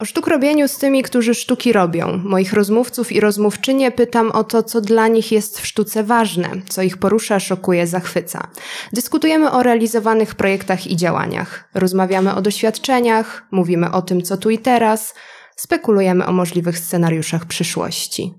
O sztukrobieniu z tymi, którzy sztuki robią. Moich rozmówców i rozmówczynie pytam o to, co dla nich jest w sztuce ważne, co ich porusza, szokuje, zachwyca. Dyskutujemy o realizowanych projektach i działaniach. Rozmawiamy o doświadczeniach, mówimy o tym, co tu i teraz, spekulujemy o możliwych scenariuszach przyszłości.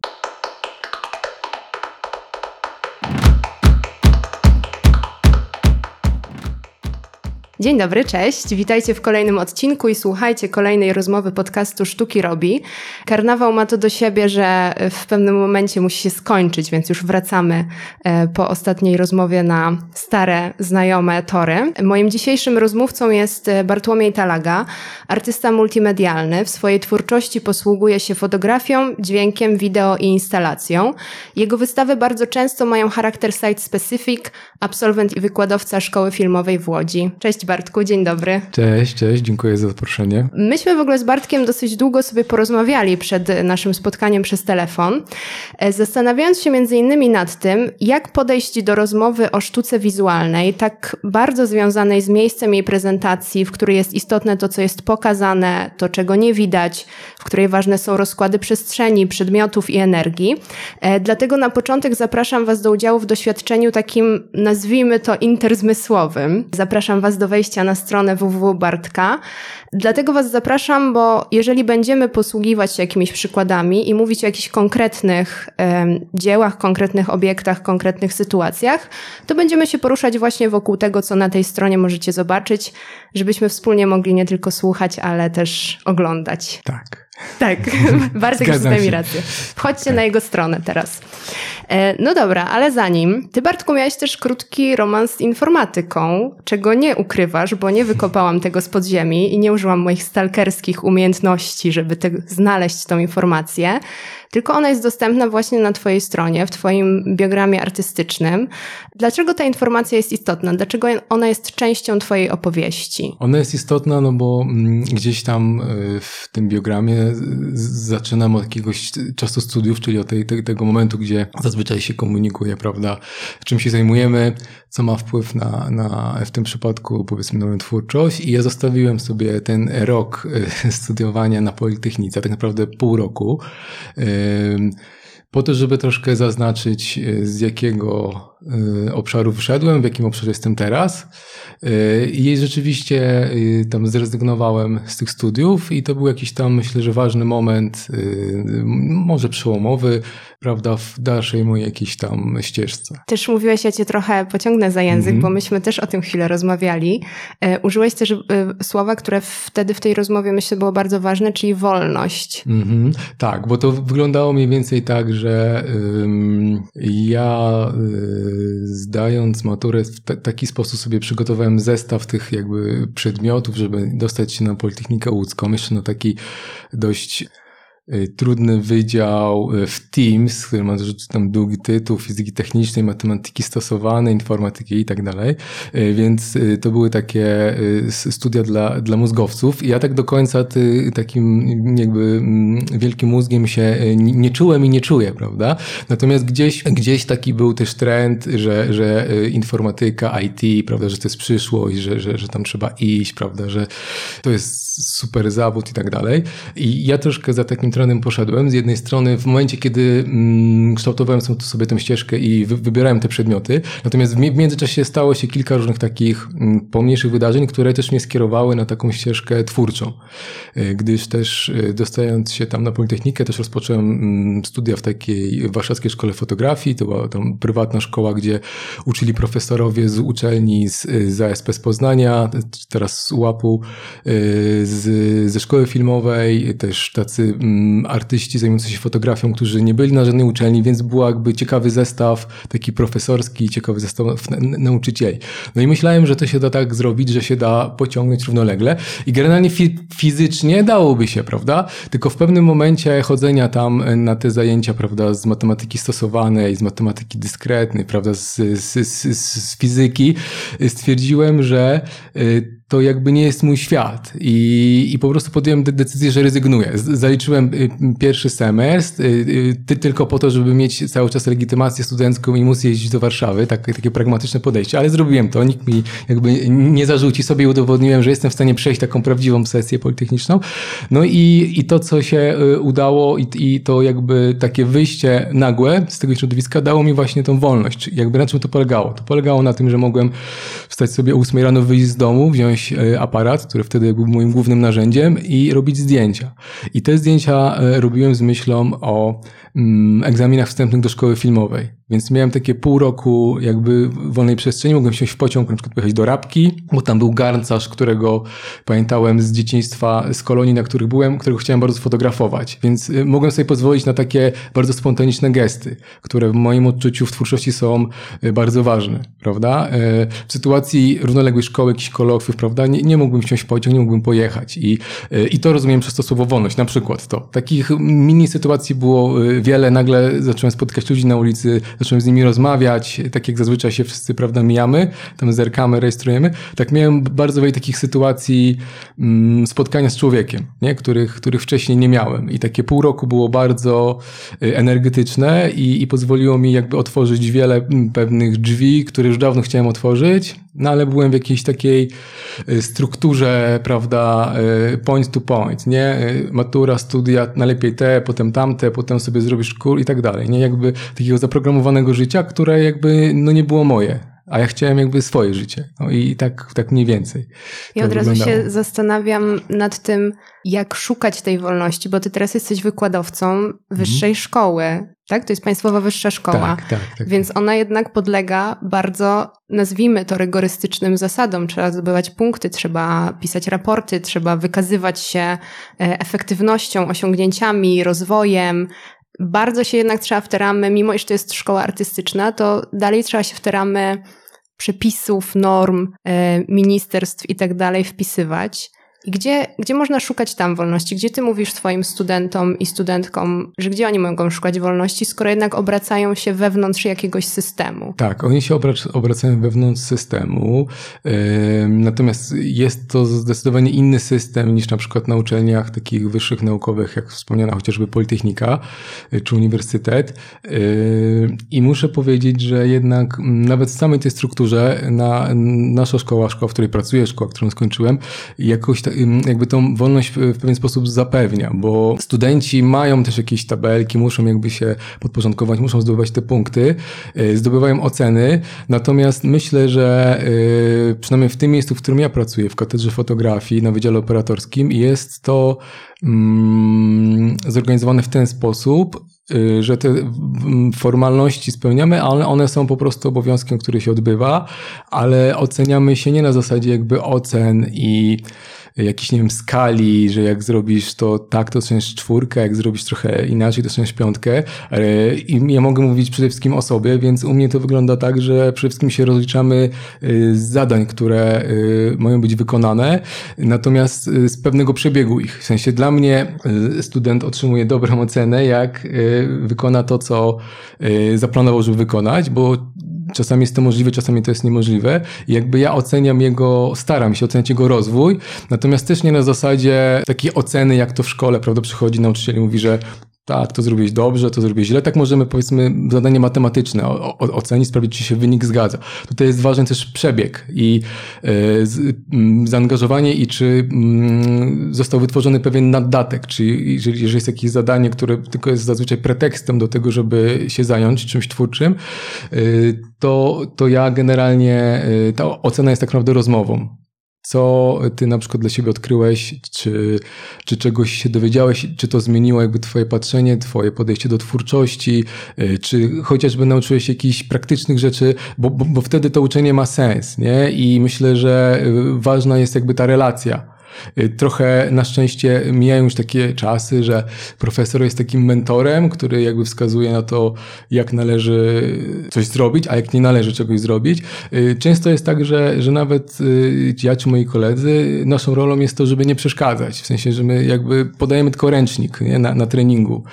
Dzień dobry, cześć. Witajcie w kolejnym odcinku i słuchajcie kolejnej rozmowy podcastu Sztuki Robi. Karnawał ma to do siebie, że w pewnym momencie musi się skończyć, więc już wracamy po ostatniej rozmowie na stare, znajome tory. Moim dzisiejszym rozmówcą jest Bartłomiej Talaga, artysta multimedialny. W swojej twórczości posługuje się fotografią, dźwiękiem, wideo i instalacją. Jego wystawy bardzo często mają charakter site-specific, absolwent i wykładowca Szkoły Filmowej w Łodzi. Cześć Bartku, dzień dobry. Cześć, dziękuję za zaproszenie. Myśmy w ogóle z Bartkiem dosyć długo sobie porozmawiali przed naszym spotkaniem przez telefon, zastanawiając się między innymi nad tym, jak podejść do rozmowy o sztuce wizualnej, tak bardzo związanej z miejscem jej prezentacji, w której jest istotne to, co jest pokazane, to, czego nie widać, w której ważne są rozkłady przestrzeni, przedmiotów i energii. Dlatego na początek zapraszam Was do udziału w doświadczeniu takim, nazwijmy to, interzmysłowym. Zapraszam Was do wejścia na stronę www.bartka. Dlatego Was zapraszam, bo jeżeli będziemy posługiwać się jakimiś przykładami i mówić o jakichś konkretnych dziełach, konkretnych obiektach, konkretnych sytuacjach, to będziemy się poruszać właśnie wokół tego, co na tej stronie możecie zobaczyć, żebyśmy wspólnie mogli nie tylko słuchać, ale też oglądać. Tak, Bartek już tutaj mi rację. Wchodźcie na jego stronę teraz. No dobra, ale zanim, ty Bartku miałeś też krótki romans z informatyką, czego nie ukrywasz, bo nie wykopałam tego z podziemi i nie użyłam moich stalkerskich umiejętności, żeby znaleźć tą informację, tylko ona jest dostępna właśnie na twojej stronie, w twoim biogramie artystycznym. Dlaczego ta informacja jest istotna? Dlaczego ona jest częścią twojej opowieści? Ona jest istotna, no bo gdzieś tam w tym biogramie zaczynam od jakiegoś czasu studiów, czyli od tego momentu, gdzie zazwyczaj się komunikuje, prawda, czym się zajmujemy, co ma wpływ na w tym przypadku, powiedzmy, moją twórczość. I ja zostawiłem sobie ten rok studiowania na Politechnice, tak naprawdę pół roku, po to, żeby troszkę zaznaczyć, z jakiego obszaru wyszedłem, w jakim obszarze jestem teraz. I rzeczywiście tam zrezygnowałem z tych studiów i to był jakiś tam, myślę, że ważny moment, może przełomowy, prawda, w dalszej mojej jakiejś tam ścieżce. Też mówiłeś, ja cię trochę pociągnę za język, bo myśmy też o tym chwilę rozmawiali. Użyłeś też słowa, które wtedy w tej rozmowie, myślę, było bardzo ważne, czyli wolność. Tak, bo to wyglądało mniej więcej tak, że ja zdając maturę w taki sposób sobie przygotowałem zestaw tych jakby przedmiotów, żeby dostać się na Politechnikę Łódzką, jeszcze na taki dość trudny wydział w TIMSS, który ma tam długi tytuł fizyki technicznej, matematyki stosowanej, informatyki i tak dalej, więc to były takie studia dla mózgowców i ja tak do końca takim jakby wielkim mózgiem się nie czułem i nie czuję, prawda? Natomiast gdzieś taki był też trend, że informatyka, IT, prawda, że to jest przyszłość, że tam trzeba iść, prawda, że to jest super zawód i tak dalej. I ja troszkę za takim trendem poszedłem. Z jednej strony w momencie, kiedy kształtowałem sobie tę ścieżkę i wybierałem te przedmioty, natomiast w międzyczasie stało się kilka różnych takich pomniejszych wydarzeń, które też mnie skierowały na taką ścieżkę twórczą. Gdyż też dostając się tam na Politechnikę, też rozpocząłem studia w takiej warszawskiej szkole fotografii. To była tam prywatna szkoła, gdzie uczyli profesorowie z uczelni z ASP z Poznania, teraz z UAP-u, ze szkoły filmowej, też tacy artyści zajmujący się fotografią, którzy nie byli na żadnej uczelni, więc był jakby ciekawy zestaw, taki profesorski, ciekawy zestaw nauczycieli. No i myślałem, że to się da tak zrobić, że się da pociągnąć równolegle i generalnie fizycznie dałoby się, prawda? Tylko w pewnym momencie chodzenia tam na te zajęcia, prawda, z matematyki stosowanej, z matematyki dyskretnej, prawda, z fizyki, stwierdziłem, że to jakby nie jest mój świat i po prostu podjąłem decyzję, że rezygnuję. Zaliczyłem pierwszy semestr tylko po to, żeby mieć cały czas legitymację studencką i móc jeździć do Warszawy, takie pragmatyczne podejście, ale zrobiłem to, nikt mi jakby nie zarzuci, sobie udowodniłem, że jestem w stanie przejść taką prawdziwą sesję politechniczną. No i to, co się udało i to jakby takie wyjście nagłe z tego środowiska dało mi właśnie tą wolność. Jakby na czym to polegało? To polegało na tym, że mogłem wstać sobie o 8 rano, wyjść z domu, wziąć aparat, który wtedy był moim głównym narzędziem i robić zdjęcia. I te zdjęcia robiłem z myślą o egzaminach wstępnych do szkoły filmowej. Więc miałem takie pół roku jakby wolnej przestrzeni, mogłem wsiąść w pociąg, na przykład pojechać do Rabki, bo tam był garncarz, którego pamiętałem z dzieciństwa, z kolonii, na których byłem, którego chciałem bardzo sfotografować. Więc mogłem sobie pozwolić na takie bardzo spontaniczne gesty, które w moim odczuciu w twórczości są bardzo ważne, prawda? W sytuacji równoległej szkoły, jakichś kolokwiów, prawda? Nie mógłbym wsiąść w pociąg, nie mógłbym pojechać. I to rozumiem przez to słowo wolność, na przykład to. Takich mini sytuacji było wiele. Nagle zacząłem spotykać ludzi na ulicy, zacząłem z nimi rozmawiać, tak jak zazwyczaj się wszyscy, prawda, mijamy, tam zerkamy, rejestrujemy. Tak miałem bardzo wiele takich sytuacji spotkania z człowiekiem, nie? Których wcześniej nie miałem. I takie pół roku było bardzo energetyczne i pozwoliło mi jakby otworzyć wiele pewnych drzwi, które już dawno chciałem otworzyć, no ale byłem w jakiejś takiej strukturze, prawda, point to point, nie? Matura, studia, najlepiej te, potem tamte, potem sobie zrobisz i tak dalej, nie? Jakby takiego zaprogramowanego życia, które jakby no nie było moje, a ja chciałem jakby swoje życie. No i tak mniej więcej. Ja od razu się zastanawiam nad tym, jak szukać tej wolności, bo ty teraz jesteś wykładowcą wyższej szkoły, tak? To jest Państwowa Wyższa Szkoła. Tak. Więc ona jednak podlega bardzo, nazwijmy to, rygorystycznym zasadom. Trzeba zdobywać punkty, trzeba pisać raporty, trzeba wykazywać się efektywnością, osiągnięciami, rozwojem. Bardzo się jednak trzeba w te ramy, mimo iż to jest szkoła artystyczna, to dalej trzeba się w te ramy przepisów, norm, ministerstw i tak dalej wpisywać. I gdzie można szukać tam wolności? Gdzie ty mówisz swoim studentom i studentkom, że gdzie oni mogą szukać wolności, skoro jednak obracają się wewnątrz jakiegoś systemu? Tak, oni się obracają wewnątrz systemu, natomiast jest to zdecydowanie inny system niż na przykład na uczelniach takich wyższych naukowych, jak wspomniana chociażby Politechnika czy Uniwersytet. I muszę powiedzieć, że jednak nawet w samej tej strukturze nasza szkoła, w której pracuję, szkoła, którą skończyłem, jakoś jakby tą wolność w pewien sposób zapewnia, bo studenci mają też jakieś tabelki, muszą jakby się podporządkować, muszą zdobywać te punkty, zdobywają oceny, natomiast myślę, że przynajmniej w tym miejscu, w którym ja pracuję, w Katedrze Fotografii na Wydziale Operatorskim, jest to zorganizowane w ten sposób, że te formalności spełniamy, ale one są po prostu obowiązkiem, który się odbywa, ale oceniamy się nie na zasadzie jakby ocen i jakiejś, nie wiem, skali, że jak zrobisz to tak, to dostaniesz 4, jak zrobisz trochę inaczej, to dostaniesz 5. I ja mogę mówić przede wszystkim o sobie, więc u mnie to wygląda tak, że przede wszystkim się rozliczamy z zadań, które mają być wykonane, natomiast z pewnego przebiegu ich. W sensie dla mnie student otrzymuje dobrą ocenę, jak wykona to, co zaplanował, żeby wykonać, bo czasami jest to możliwe, czasami to jest niemożliwe. I jakby ja staram się oceniać jego rozwój, natomiast też nie na zasadzie takiej oceny, jak to w szkole, prawda, przychodzi nauczyciel i mówi, że tak, to zrobiłeś dobrze, to zrobiłeś źle. Tak możemy, powiedzmy, zadanie matematyczne ocenić, sprawdzić, czy się wynik zgadza. Tutaj jest ważny też przebieg i zaangażowanie i czy został wytworzony pewien naddatek, czy jeżeli jest jakieś zadanie, które tylko jest zazwyczaj pretekstem do tego, żeby się zająć czymś twórczym, to ja generalnie, ta ocena jest tak naprawdę rozmową. Co ty na przykład dla siebie odkryłeś, czy czegoś się dowiedziałeś, czy to zmieniło jakby twoje patrzenie, twoje podejście do twórczości, czy chociażby nauczyłeś się jakichś praktycznych rzeczy, bo wtedy to uczenie ma sens, nie? I myślę, że ważna jest jakby ta relacja. Trochę na szczęście mijają już takie czasy, że profesor jest takim mentorem, który jakby wskazuje na to, jak należy coś zrobić, a jak nie należy czegoś zrobić. Często jest tak, że nawet ja czy moi koledzy, naszą rolą jest to, żeby nie przeszkadzać. W sensie, że my jakby podajemy tylko ręcznik, nie? Na treningu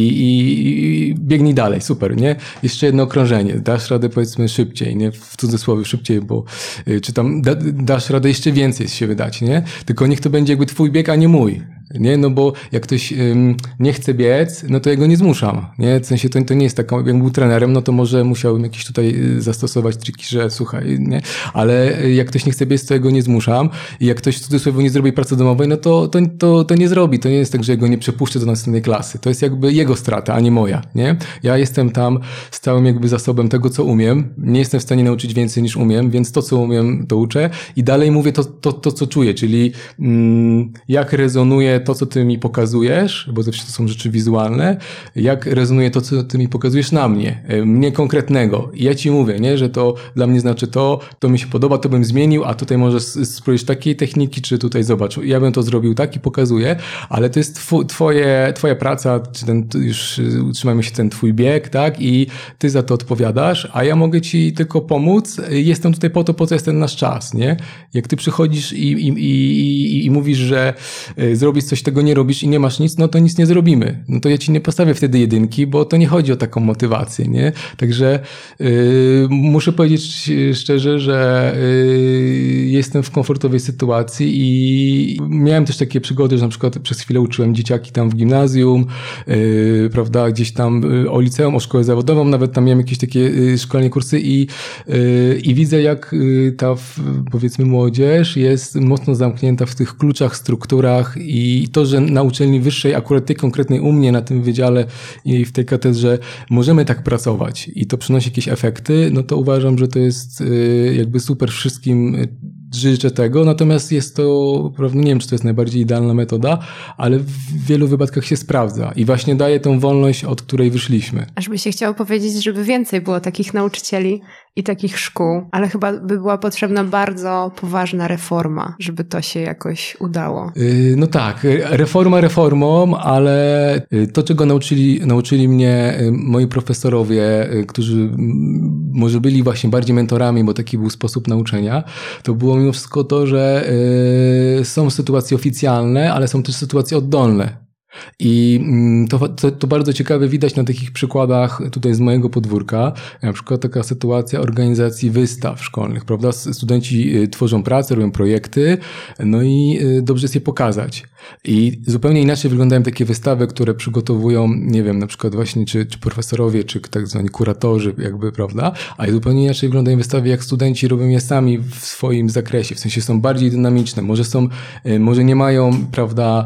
i biegnij dalej, super, nie? Jeszcze jedno okrążenie, dasz radę powiedzmy szybciej, nie? W cudzysłowie szybciej, bo czy tam dasz radę jeszcze więcej z siebie dać, nie? Tylko niech to będzie jakby twój bieg, a nie mój. Nie, no bo jak ktoś nie chce biec, no to ja go nie zmuszam, nie? W sensie to nie jest taką, jakbym był trenerem, no to może musiałbym jakieś tutaj zastosować triki, że słuchaj, nie? Ale jak ktoś nie chce biec, to ja go nie zmuszam i jak ktoś w cudzysłowie nie zrobi pracy domowej, no to nie zrobi. To nie jest tak, że ja go nie przepuszczę do następnej klasy. To jest jakby jego strata, a nie moja, nie? Ja jestem tam z całym jakby zasobem tego, co umiem. Nie jestem w stanie nauczyć więcej niż umiem, więc to, co umiem, to uczę i dalej mówię to co czuję, czyli jak rezonuje to, co ty mi pokazujesz, bo zawsze to są rzeczy wizualne, jak rezonuje to, co ty mi pokazujesz na mnie konkretnego. I ja ci mówię, nie, że to dla mnie znaczy to mi się podoba, to bym zmienił, a tutaj możesz spróbować takiej techniki, czy tutaj zobacz, ja bym to zrobił tak i pokazuję, ale to jest twoja praca, czy już utrzymajmy się ten twój bieg, tak, i ty za to odpowiadasz, a ja mogę ci tylko pomóc, jestem tutaj po to, po co jest ten nasz czas, nie? Jak ty przychodzisz i mówisz, że zrobisz coś, tego nie robisz i nie masz nic, no to nic nie zrobimy. No to ja ci nie postawię wtedy 1, bo to nie chodzi o taką motywację, nie? Także muszę powiedzieć szczerze, że jestem w komfortowej sytuacji i miałem też takie przygody, że na przykład przez chwilę uczyłem dzieciaki tam w gimnazjum, prawda, gdzieś tam o liceum, o szkołę zawodową, nawet tam miałem jakieś takie szkolne kursy i widzę, jak ta, powiedzmy, młodzież jest mocno zamknięta w tych kluczach, strukturach i to, że na uczelni wyższej, akurat tej konkretnej u mnie na tym wydziale i w tej katedrze możemy tak pracować i to przynosi jakieś efekty, no to uważam, że to jest jakby super, wszystkim życzę tego, natomiast jest to, prawda, nie wiem, czy to jest najbardziej idealna metoda, ale w wielu wypadkach się sprawdza i właśnie daje tą wolność, od której wyszliśmy. Aż by się chciało powiedzieć, żeby więcej było takich nauczycieli i takich szkół, ale chyba by była potrzebna bardzo poważna reforma, żeby to się jakoś udało. No tak, reforma reformą, ale to, czego nauczyli mnie moi profesorowie, którzy może byli właśnie bardziej mentorami, bo taki był sposób nauczenia, to było mimo wszystko to, że są sytuacje oficjalne, ale są też sytuacje oddolne. I to bardzo ciekawe widać na takich przykładach tutaj z mojego podwórka. Na przykład taka sytuacja organizacji wystaw szkolnych, prawda? Studenci tworzą pracę, robią projekty, no i dobrze jest je pokazać. I zupełnie inaczej wyglądają takie wystawy, które przygotowują, nie wiem, na przykład właśnie czy profesorowie, czy tak zwani kuratorzy jakby, prawda? A zupełnie inaczej wyglądają wystawy, jak studenci robią je sami w swoim zakresie, w sensie są bardziej dynamiczne, może nie mają, prawda,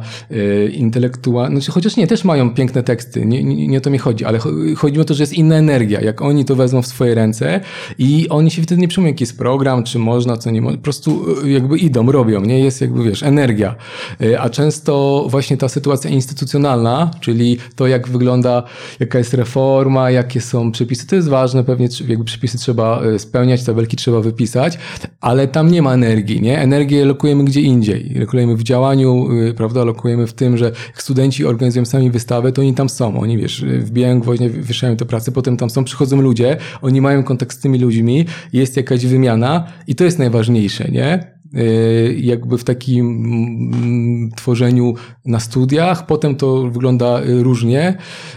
znaczy, chociaż nie, też mają piękne teksty, nie o to mi chodzi, ale chodzi o to, że jest inna energia, jak oni to wezmą w swoje ręce i oni się wtedy nie przejmują, jaki jest program, czy można, co nie można, po prostu jakby idą, robią, nie? Jest jakby, wiesz, energia. A często właśnie ta sytuacja instytucjonalna, czyli to, jak wygląda, jaka jest reforma, jakie są przepisy, to jest ważne, pewnie jakby przepisy trzeba spełniać, tabelki trzeba wypisać, ale tam nie ma energii, nie? Energię lokujemy gdzie indziej. Lokujemy w działaniu, prawda, lokujemy w tym, że jak studenci organizują sami wystawę, to oni tam są. Oni, wiesz, wbijają gwoździe, wieszają te prace, potem tam są, przychodzą ludzie, oni mają kontakt z tymi ludźmi, jest jakaś wymiana i to jest najważniejsze, nie? Jakby w takim tworzeniu na studiach, potem to wygląda różnie,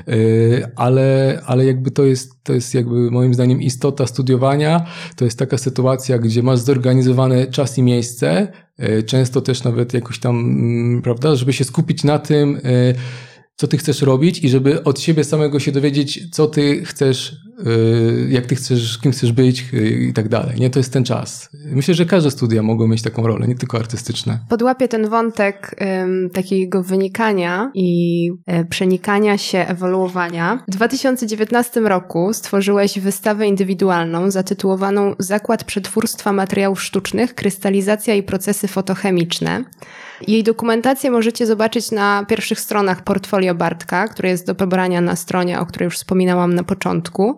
ale jakby to jest jakby moim zdaniem istota studiowania, to jest taka sytuacja, gdzie masz zorganizowany czas i miejsce, często też nawet jakoś tam, prawda, żeby się skupić na tym, co ty chcesz robić i żeby od siebie samego się dowiedzieć, co ty chcesz, jak ty chcesz, kim chcesz być i tak dalej. Nie, to jest ten czas. Myślę, że każde studia mogą mieć taką rolę, nie tylko artystyczne. Podłapię ten wątek takiego wynikania i przenikania się, ewoluowania. W 2019 roku stworzyłeś wystawę indywidualną zatytułowaną Zakład Przetwórstwa Materiałów Sztucznych, Krystalizacja i procesy fotochemiczne. Jej dokumentację możecie zobaczyć na pierwszych stronach portfolio Bartka, które jest do pobrania na stronie, o której już wspominałam na początku.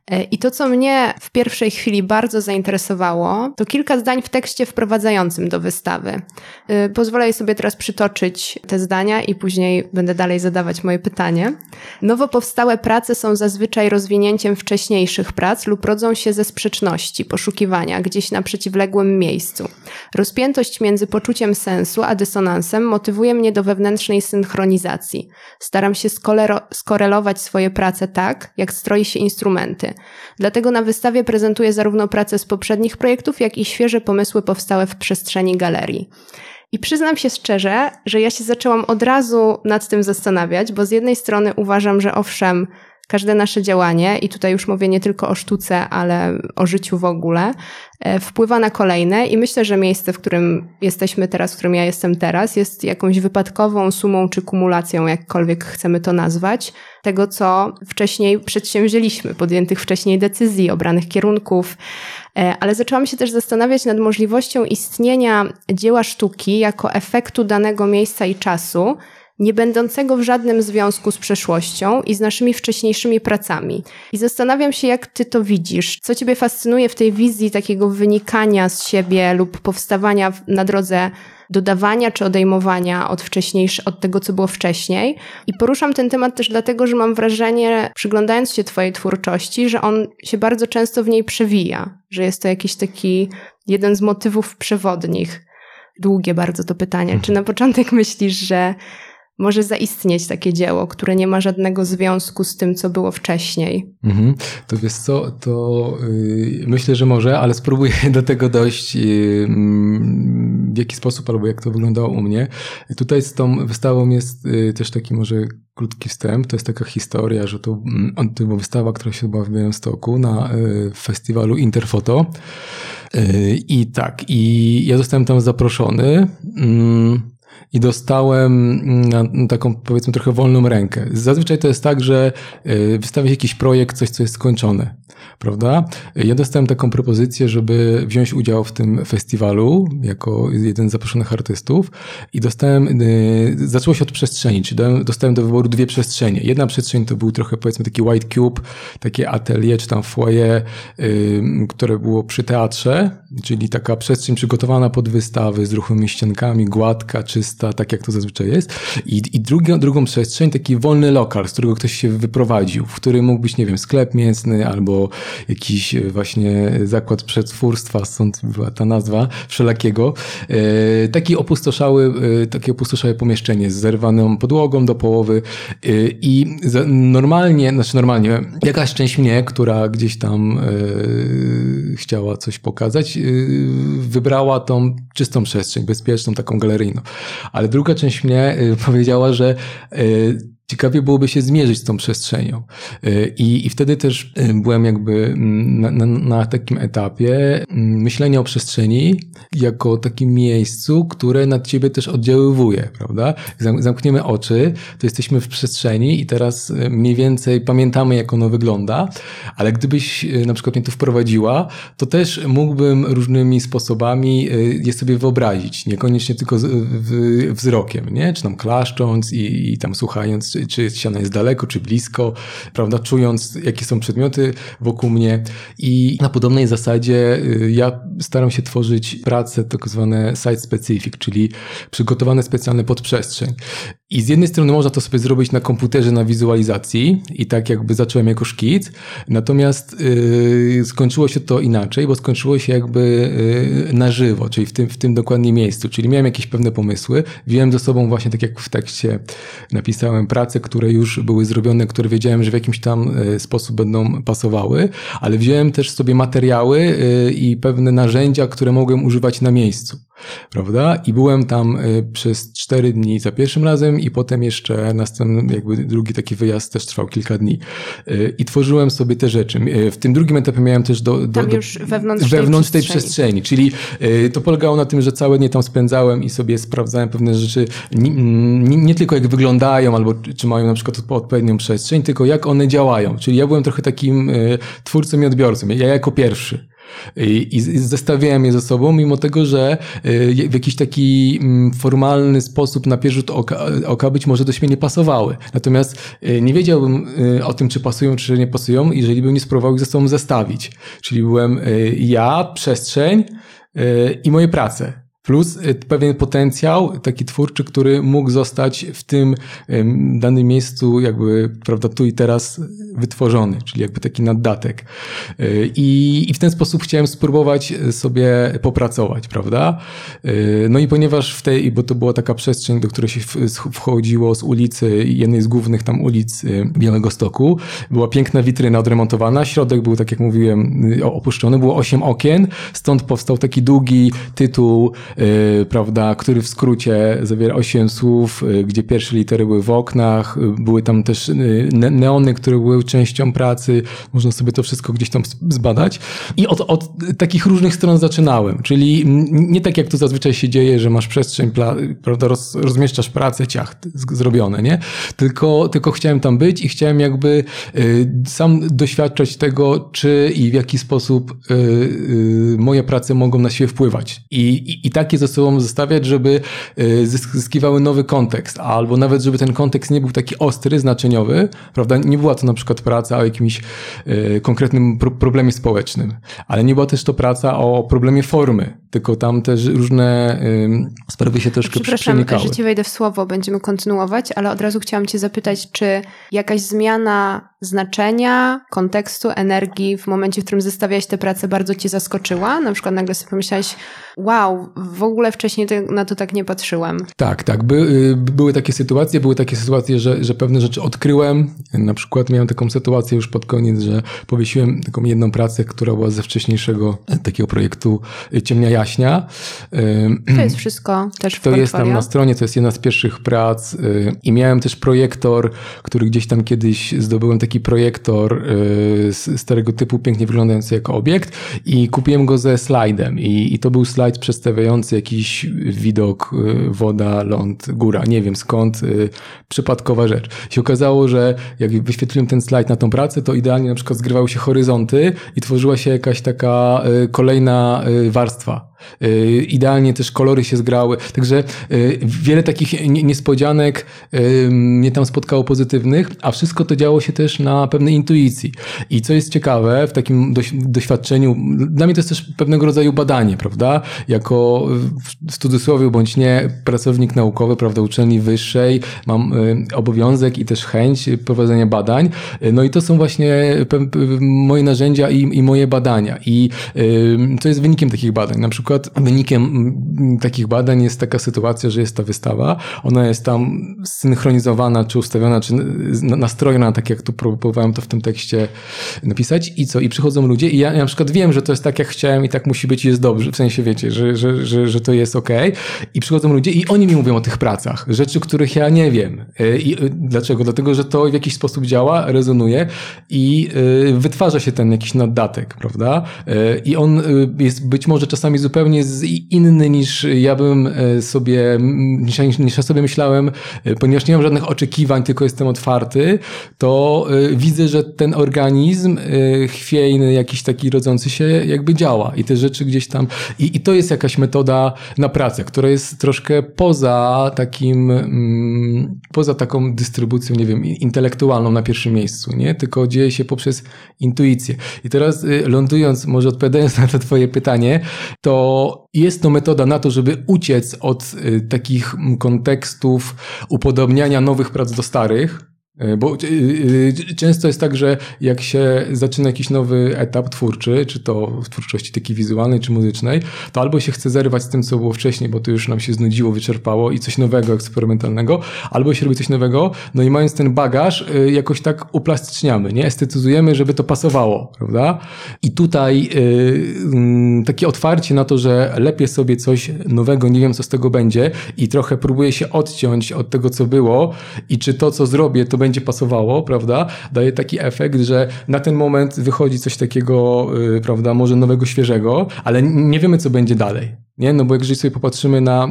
I to, co mnie w pierwszej chwili bardzo zainteresowało, to kilka zdań w tekście wprowadzającym do wystawy. Pozwolę sobie teraz przytoczyć te zdania i później będę dalej zadawać moje pytanie. Nowo powstałe prace są zazwyczaj rozwinięciem wcześniejszych prac lub rodzą się ze sprzeczności, poszukiwania gdzieś na przeciwległym miejscu. Rozpiętość między poczuciem sensu a dysonansem motywuje mnie do wewnętrznej synchronizacji. Staram się skorelować swoje prace tak, jak stroi się instrumenty. Dlatego na wystawie prezentuję zarówno prace z poprzednich projektów, jak i świeże pomysły powstałe w przestrzeni galerii. I przyznam się szczerze, że ja się zaczęłam od razu nad tym zastanawiać, bo z jednej strony uważam, że owszem, każde nasze działanie, i tutaj już mówię nie tylko o sztuce, ale o życiu w ogóle, wpływa na kolejne i myślę, że miejsce, w którym jesteśmy teraz, w którym ja jestem teraz, jest jakąś wypadkową sumą czy kumulacją, jakkolwiek chcemy to nazwać, tego, co wcześniej przedsięwzięliśmy, podjętych wcześniej decyzji, obranych kierunków, ale zaczęłam się też zastanawiać nad możliwością istnienia dzieła sztuki jako efektu danego miejsca i czasu, nie będącego w żadnym związku z przeszłością i z naszymi wcześniejszymi pracami. I zastanawiam się, jak ty to widzisz. Co ciebie fascynuje w tej wizji takiego wynikania z siebie lub powstawania na drodze dodawania czy odejmowania od tego, co było wcześniej. I poruszam ten temat też dlatego, że mam wrażenie, przyglądając się twojej twórczości, że on się bardzo często w niej przewija, że jest to jakiś taki jeden z motywów przewodnich. Długie bardzo to pytanie. Czy na początek myślisz, że może zaistnieć takie dzieło, które nie ma żadnego związku z tym, co było wcześniej? To wiesz co, myślę, że może, ale spróbuję do tego dojść w jaki sposób, albo jak to wyglądało u mnie. Tutaj z tą wystawą jest też taki może krótki wstęp. To jest taka historia, że to była wystawa, która się odbyła w Białymstoku na festiwalu Interfoto. I ja zostałem tam zaproszony. I dostałem na taką, powiedzmy, trochę wolną rękę. Zazwyczaj to jest tak, że wystawia się jakiś projekt, coś, co jest skończone, prawda? Ja dostałem taką propozycję, żeby wziąć udział w tym festiwalu jako jeden z zaproszonych artystów i zaczęło się od przestrzeni, czyli dostałem do wyboru 2 przestrzenie. Jedna przestrzeń to był trochę, powiedzmy, taki white cube, takie atelier, czy tam foyer, które było przy teatrze, czyli taka przestrzeń przygotowana pod wystawy z ruchomymi ściankami, gładka, czysta, tak jak to zazwyczaj jest. I drugą przestrzeń, taki wolny lokal, z którego ktoś się wyprowadził, w którym mógł być, nie wiem, sklep mięsny albo jakiś właśnie zakład przetwórstwa, stąd była ta nazwa, wszelakiego. Takie opustoszałe pomieszczenie z zerwaną podłogą do połowy i normalnie, jakaś część mnie, która gdzieś tam chciała coś pokazać, wybrała tą czystą przestrzeń, bezpieczną, taką galeryjną. Ale druga część mnie powiedziała, że ciekawie byłoby się zmierzyć z tą przestrzenią. I wtedy też byłem jakby na takim etapie myślenia o przestrzeni jako takim miejscu, które na ciebie też oddziaływuje, prawda? Zamkniemy oczy, to jesteśmy w przestrzeni i teraz mniej więcej pamiętamy, jak ono wygląda, ale gdybyś na przykład mnie tu wprowadziła, to też mógłbym różnymi sposobami je sobie wyobrazić, niekoniecznie tylko wzrokiem, nie? Czy tam klaszcząc i tam słuchając, czy ściana jest daleko, czy blisko, prawda, czując, jakie są przedmioty wokół mnie. I na podobnej zasadzie ja staram się tworzyć prace tak zwane site-specific, czyli przygotowane specjalne pod przestrzeń. I z jednej strony można to sobie zrobić na komputerze, na wizualizacji i tak jakby zacząłem jako szkic, natomiast skończyło się to inaczej, bo skończyło się jakby na żywo, czyli w tym dokładnie miejscu, czyli miałem jakieś pewne pomysły, wziąłem ze sobą właśnie, tak jak w tekście napisałem, prace, które już były zrobione, które wiedziałem, że w jakimś tam sposób będą pasowały, ale wziąłem też sobie materiały i pewne narzędzia, które mogłem używać na miejscu, prawda? I byłem tam przez 4 dni za pierwszym razem i potem jeszcze następny, jakby drugi taki wyjazd też trwał kilka dni. I tworzyłem sobie te rzeczy. W tym drugim etapie miałem też już wewnątrz tej przestrzeni. Czyli to polegało na tym, że całe dnie tam spędzałem i sobie sprawdzałem pewne rzeczy, nie tylko jak wyglądają, albo czy mają na przykład odpowiednią przestrzeń, tylko jak one działają. Czyli ja byłem trochę takim twórcą i odbiorcą. Ja jako pierwszy. I zestawiałem je ze sobą, mimo tego, że w jakiś taki formalny sposób na pierwszy rzut oka być może do siebie nie pasowały. Natomiast nie wiedziałbym o tym, czy pasują, czy nie pasują, jeżeli bym nie spróbował ich ze sobą zestawić. Czyli byłem ja, przestrzeń i moje prace. Plus pewien potencjał taki twórczy, który mógł zostać w tym danym miejscu jakby, prawda, tu i teraz wytworzony, czyli jakby taki naddatek. I w ten sposób chciałem spróbować sobie popracować, prawda? No i ponieważ bo to była taka przestrzeń, do której się wchodziło z ulicy, jednej z głównych tam ulic Białegostoku, była piękna witryna odremontowana, środek był, tak jak mówiłem, opuszczony, było 8 okien, stąd powstał taki długi tytuł, prawda, który w skrócie zawiera 8 słów, gdzie pierwsze litery były w oknach, były tam też neony, które były częścią pracy, można sobie to wszystko gdzieś tam zbadać. I od takich różnych stron zaczynałem, czyli nie tak jak to zazwyczaj się dzieje, że masz przestrzeń, prawda, rozmieszczasz pracę, ciach, zrobione, nie? Tylko chciałem tam być i chciałem jakby sam doświadczać tego, czy i w jaki sposób moje prace mogą na siebie wpływać. I takie ze sobą zostawiać, żeby zyskiwały nowy kontekst, albo nawet, żeby ten kontekst nie był taki ostry, znaczeniowy, prawda? Nie była to na przykład praca o jakimś konkretnym problemie społecznym, ale nie była też to praca o problemie formy, tylko tam też różne sprawy się troszkę przenikały. Przepraszam, że ci wejdę w słowo, będziemy kontynuować, ale od razu chciałam cię zapytać, czy jakaś zmiana znaczenia, kontekstu, energii w momencie, w którym zestawiałeś tę pracę, bardzo cię zaskoczyła? Na przykład nagle sobie pomyślałeś, wow, w ogóle wcześniej na to tak nie patrzyłem. Tak. Były takie sytuacje, że pewne rzeczy odkryłem. Na przykład miałem taką sytuację już pod koniec, że powiesiłem taką jedną pracę, która była ze wcześniejszego takiego projektu Ciemnia Jaśnia. To jest wszystko też w portfolio? To jest tam na stronie, to jest jedna z pierwszych prac i miałem też projektor, który gdzieś tam kiedyś zdobyłem, taki projektor starego typu, pięknie wyglądający jako obiekt i kupiłem go ze slajdem i to był slajd przedstawiający jakiś widok, woda, ląd, góra, nie wiem skąd, przypadkowa rzecz. Się okazało, że jak wyświetliłem ten slajd na tą pracę, to idealnie na przykład zgrywały się horyzonty i tworzyła się jakaś taka kolejna warstwa. Idealnie też kolory się zgrały, także wiele takich niespodzianek mnie tam spotkało pozytywnych, a wszystko to działo się też na pewnej intuicji. I co jest ciekawe w takim doświadczeniu, dla mnie to jest też pewnego rodzaju badanie, prawda? Jako w cudzysłowie bądź nie pracownik naukowy, prawda, uczelni wyższej, mam obowiązek i też chęć prowadzenia badań. No i to są właśnie moje narzędzia i moje badania. I to jest wynikiem takich badań. Na przykład wynikiem takich badań jest taka sytuacja, że jest ta wystawa, ona jest tam synchronizowana, czy ustawiona, czy nastrojona, tak jak tu próbowałem to w tym tekście napisać i co? I przychodzą ludzie i ja na przykład wiem, że to jest tak jak chciałem i tak musi być i jest dobrze, w sensie wiecie, że to jest okej. I przychodzą ludzie i oni mi mówią o tych pracach, rzeczy, których ja nie wiem. I dlaczego? Dlatego, że to w jakiś sposób działa, rezonuje i wytwarza się ten jakiś naddatek, prawda? I on jest być może czasami zupełnie inny niż ja bym sobie, niż ja sobie myślałem, ponieważ nie mam żadnych oczekiwań, tylko jestem otwarty, to widzę, że ten organizm chwiejny, jakiś taki rodzący się jakby działa i te rzeczy gdzieś tam i to jest jakaś metoda na pracę, która jest troszkę poza taką dystrybucją, nie wiem, intelektualną na pierwszym miejscu, nie? Tylko dzieje się poprzez intuicję. I teraz lądując, może odpowiadając na to twoje pytanie, to jest to metoda na to, żeby uciec od takich kontekstów upodobniania nowych prac do starych, bo często jest tak, że jak się zaczyna jakiś nowy etap twórczy, czy to w twórczości takiej wizualnej, czy muzycznej, to albo się chce zerwać z tym, co było wcześniej, bo to już nam się znudziło, wyczerpało i coś nowego, eksperymentalnego, albo się robi coś nowego, no i mając ten bagaż, jakoś tak uplastyczniamy, nie? Estetyzujemy, żeby to pasowało, prawda? I tutaj takie otwarcie na to, że lepiej sobie coś nowego, nie wiem, co z tego będzie i trochę próbuję się odciąć od tego, co było i czy to, co zrobię, to będzie pasowało, prawda? Daje taki efekt, że na ten moment wychodzi coś takiego, prawda, może nowego, świeżego, ale nie wiemy, co będzie dalej. Nie? No bo jeżeli sobie popatrzymy na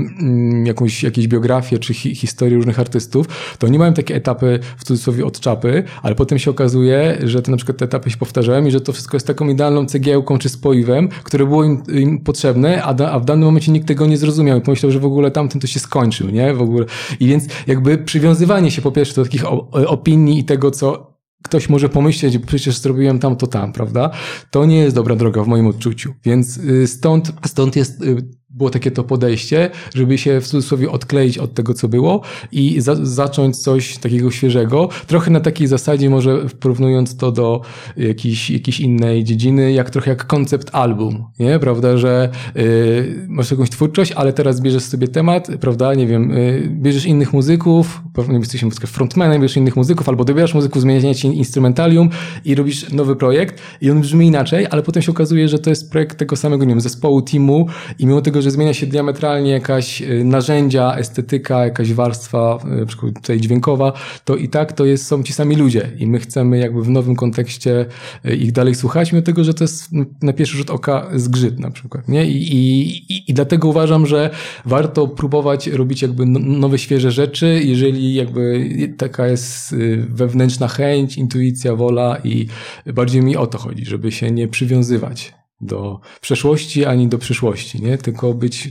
jakieś biografie czy historię różnych artystów, to oni mają takie etapy w cudzysłowie od czapy, ale potem się okazuje, że te na przykład te etapy się powtarzają i że to wszystko jest taką idealną cegiełką czy spoiwem, które było im potrzebne, a w danym momencie nikt tego nie zrozumiał i pomyślał, że w ogóle tamten to się skończył, nie? W ogóle. I więc jakby przywiązywanie się po pierwsze do takich opinii i tego, co ktoś może pomyśleć, przecież zrobiłem tam, to tam, prawda? To nie jest dobra droga w moim odczuciu. Więc stąd było takie to podejście, żeby się w cudzysłowie odkleić od tego, co było i zacząć coś takiego świeżego. Trochę na takiej zasadzie, może porównując to do jakiejś innej dziedziny, trochę jak koncept album, nie? Prawda, że masz jakąś twórczość, ale teraz bierzesz sobie temat, prawda, nie wiem, bierzesz innych muzyków, pewnie jesteś frontmanem, bierzesz innych muzyków, albo dobierasz muzyków, zmieniasz instrumentarium i robisz nowy projekt i on brzmi inaczej, ale potem się okazuje, że to jest projekt tego samego, nie wiem, zespołu, teamu i mimo tego, że zmienia się diametralnie jakaś narzędzia, estetyka, jakaś warstwa, na przykład tutaj dźwiękowa, to i tak są ci sami ludzie i my chcemy jakby w nowym kontekście ich dalej słuchać, mimo tego, że to jest na pierwszy rzut oka zgrzyt na przykład, nie? I dlatego uważam, że warto próbować robić jakby nowe, świeże rzeczy, jeżeli jakby taka jest wewnętrzna chęć, intuicja, wola i bardziej mi o to chodzi, żeby się nie przywiązywać do przeszłości ani do przyszłości, nie? Tylko być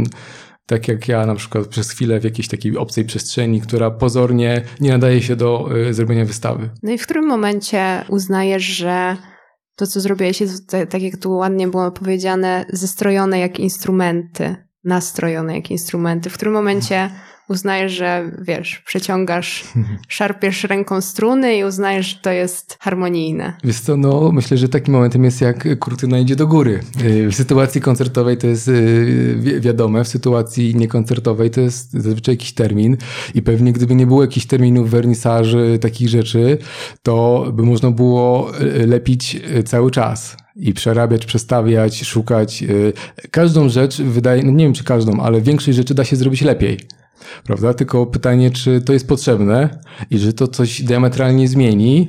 tak jak ja na przykład przez chwilę w jakiejś takiej obcej przestrzeni, która pozornie nie nadaje się do zrobienia wystawy. No i w którym momencie uznajesz, że to, co zrobiłeś, jest, tak jak tu ładnie było powiedziane, zestrojone jak instrumenty, nastrojone jak instrumenty? W którym momencie uznajesz, że przeciągasz, szarpiesz ręką struny i uznajesz, że to jest harmonijne? Wiesz co, no myślę, że takim momentem jest jak kurtyna idzie do góry. W sytuacji koncertowej to jest wiadome, w sytuacji niekoncertowej to jest zazwyczaj jakiś termin i pewnie gdyby nie było jakichś terminów, wernisaży, takich rzeczy, to by można było lepić cały czas. I przerabiać, przestawiać, szukać. Każdą rzecz wydaje, no nie wiem czy każdą, ale większość rzeczy da się zrobić lepiej. Prawda? Tylko pytanie, czy to jest potrzebne i że to coś diametralnie zmieni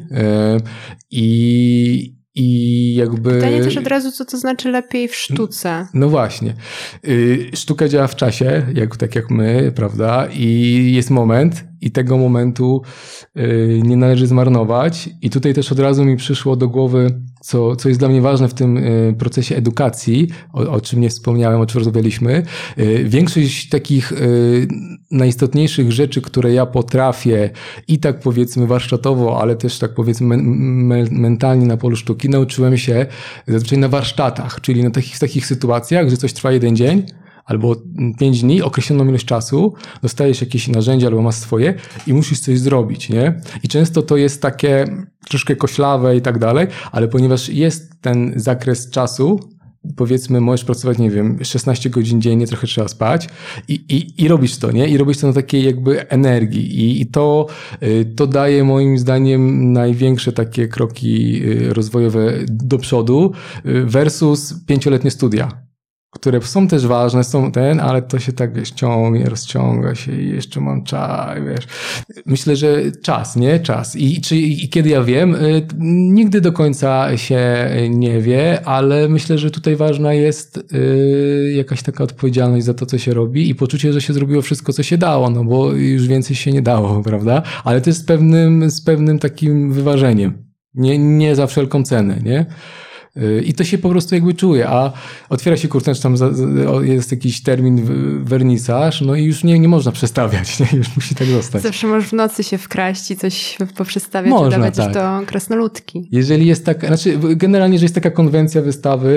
i jakby... Pytanie też od razu, co to znaczy lepiej w sztuce. No właśnie. Sztuka działa w czasie, tak jak my, prawda? I jest moment i tego momentu nie należy zmarnować. I tutaj też od razu mi przyszło do głowy, co jest dla mnie ważne w tym procesie edukacji, o czym nie wspomniałem, o czym rozmawialiśmy. Większość takich najistotniejszych rzeczy, które ja potrafię i tak powiedzmy warsztatowo, ale też tak powiedzmy mentalnie na polu sztuki, nauczyłem się zazwyczaj na warsztatach, czyli w takich sytuacjach, że coś trwa 1 dzień, albo 5 dni, określoną ilość czasu, dostajesz jakieś narzędzia albo masz swoje i musisz coś zrobić, nie? I często to jest takie troszkę koślawe i tak dalej, ale ponieważ jest ten zakres czasu, powiedzmy możesz pracować, nie wiem, 16 godzin dziennie, trochę trzeba spać i robisz to, nie? I robisz to na takiej jakby energii i to daje moim zdaniem największe takie kroki rozwojowe do przodu versus 5-letnie studia, które są też ważne, ale to się tak ściągnie, rozciąga się i jeszcze mam czas, wiesz. Myślę, że czas, nie? Czas. I kiedy ja wiem? Nigdy do końca się nie wie, ale myślę, że tutaj ważna jest jakaś taka odpowiedzialność za to, co się robi i poczucie, że się zrobiło wszystko, co się dało, no bo już więcej się nie dało, prawda? Ale to jest z pewnym takim wyważeniem. Nie za wszelką cenę, nie? I to się po prostu jakby czuje, a otwiera się kurtyn, tam jest jakiś termin wernisaż, no i już nie można przestawiać, nie? Już musi tak zostać. Zawsze możesz w nocy się wkraść i coś poprzestawiać, można, dodawać do krasnoludki. Jeżeli jest generalnie, że jest taka konwencja wystawy,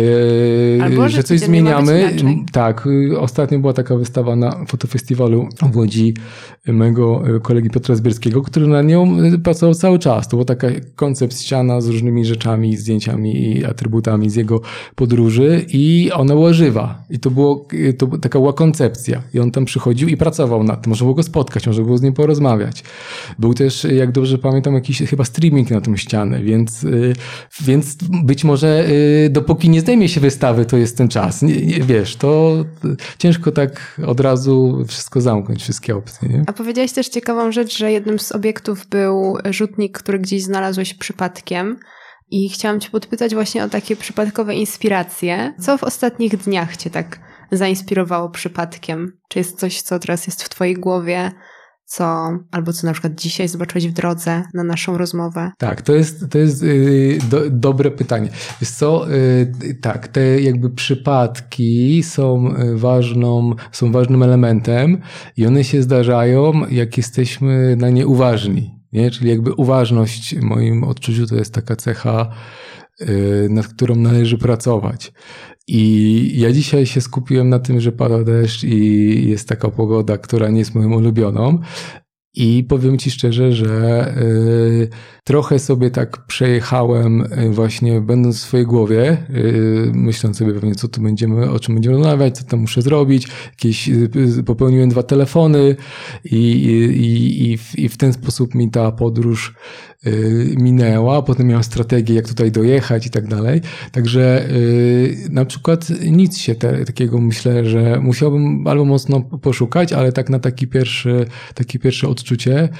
że coś zmieniamy. Tak, ostatnio była taka wystawa na fotofestiwalu w Łodzi mojego kolegi Piotra Zbierskiego, który na nią pracował cały czas. To była taka koncept ściana z różnymi rzeczami, zdjęciami i atrybutami z jego podróży i ona była żywa. I to taka była koncepcja. I on tam przychodził i pracował nad tym. Można było go spotkać, można było z nim porozmawiać. Był też, jak dobrze pamiętam, jakiś chyba streaming na tą ścianę, więc być może dopóki nie zdejmie się wystawy, to jest ten czas. Wiesz, to ciężko tak od razu wszystko zamknąć, wszystkie opcje. Nie? A powiedziałeś też ciekawą rzecz, że jednym z obiektów był rzutnik, który gdzieś znalazłeś przypadkiem. I chciałam cię podpytać właśnie o takie przypadkowe inspiracje. Co w ostatnich dniach cię tak zainspirowało przypadkiem? Czy jest coś, co teraz jest w twojej głowie, albo co na przykład dzisiaj zobaczyłeś w drodze na naszą rozmowę? Tak, to jest dobre pytanie. Wiesz co, tak, te jakby przypadki są ważnym elementem i one się zdarzają, jak jesteśmy na nie uważni, nie? Czyli jakby uważność w moim odczuciu to jest taka cecha, nad którą należy pracować. I ja dzisiaj się skupiłem na tym, że pada deszcz i jest taka pogoda, która nie jest moją ulubioną. I powiem ci szczerze, że trochę sobie tak przejechałem właśnie będąc w swojej głowie, myśląc sobie pewnie o czym będziemy rozmawiać, co tam muszę zrobić, popełniłem 2 telefony i w ten sposób mi ta podróż minęła, potem miałem strategię, jak tutaj dojechać i tak dalej. Także na przykład nic się takiego, myślę, że musiałbym albo mocno poszukać, ale tak na takie pierwsze odczucie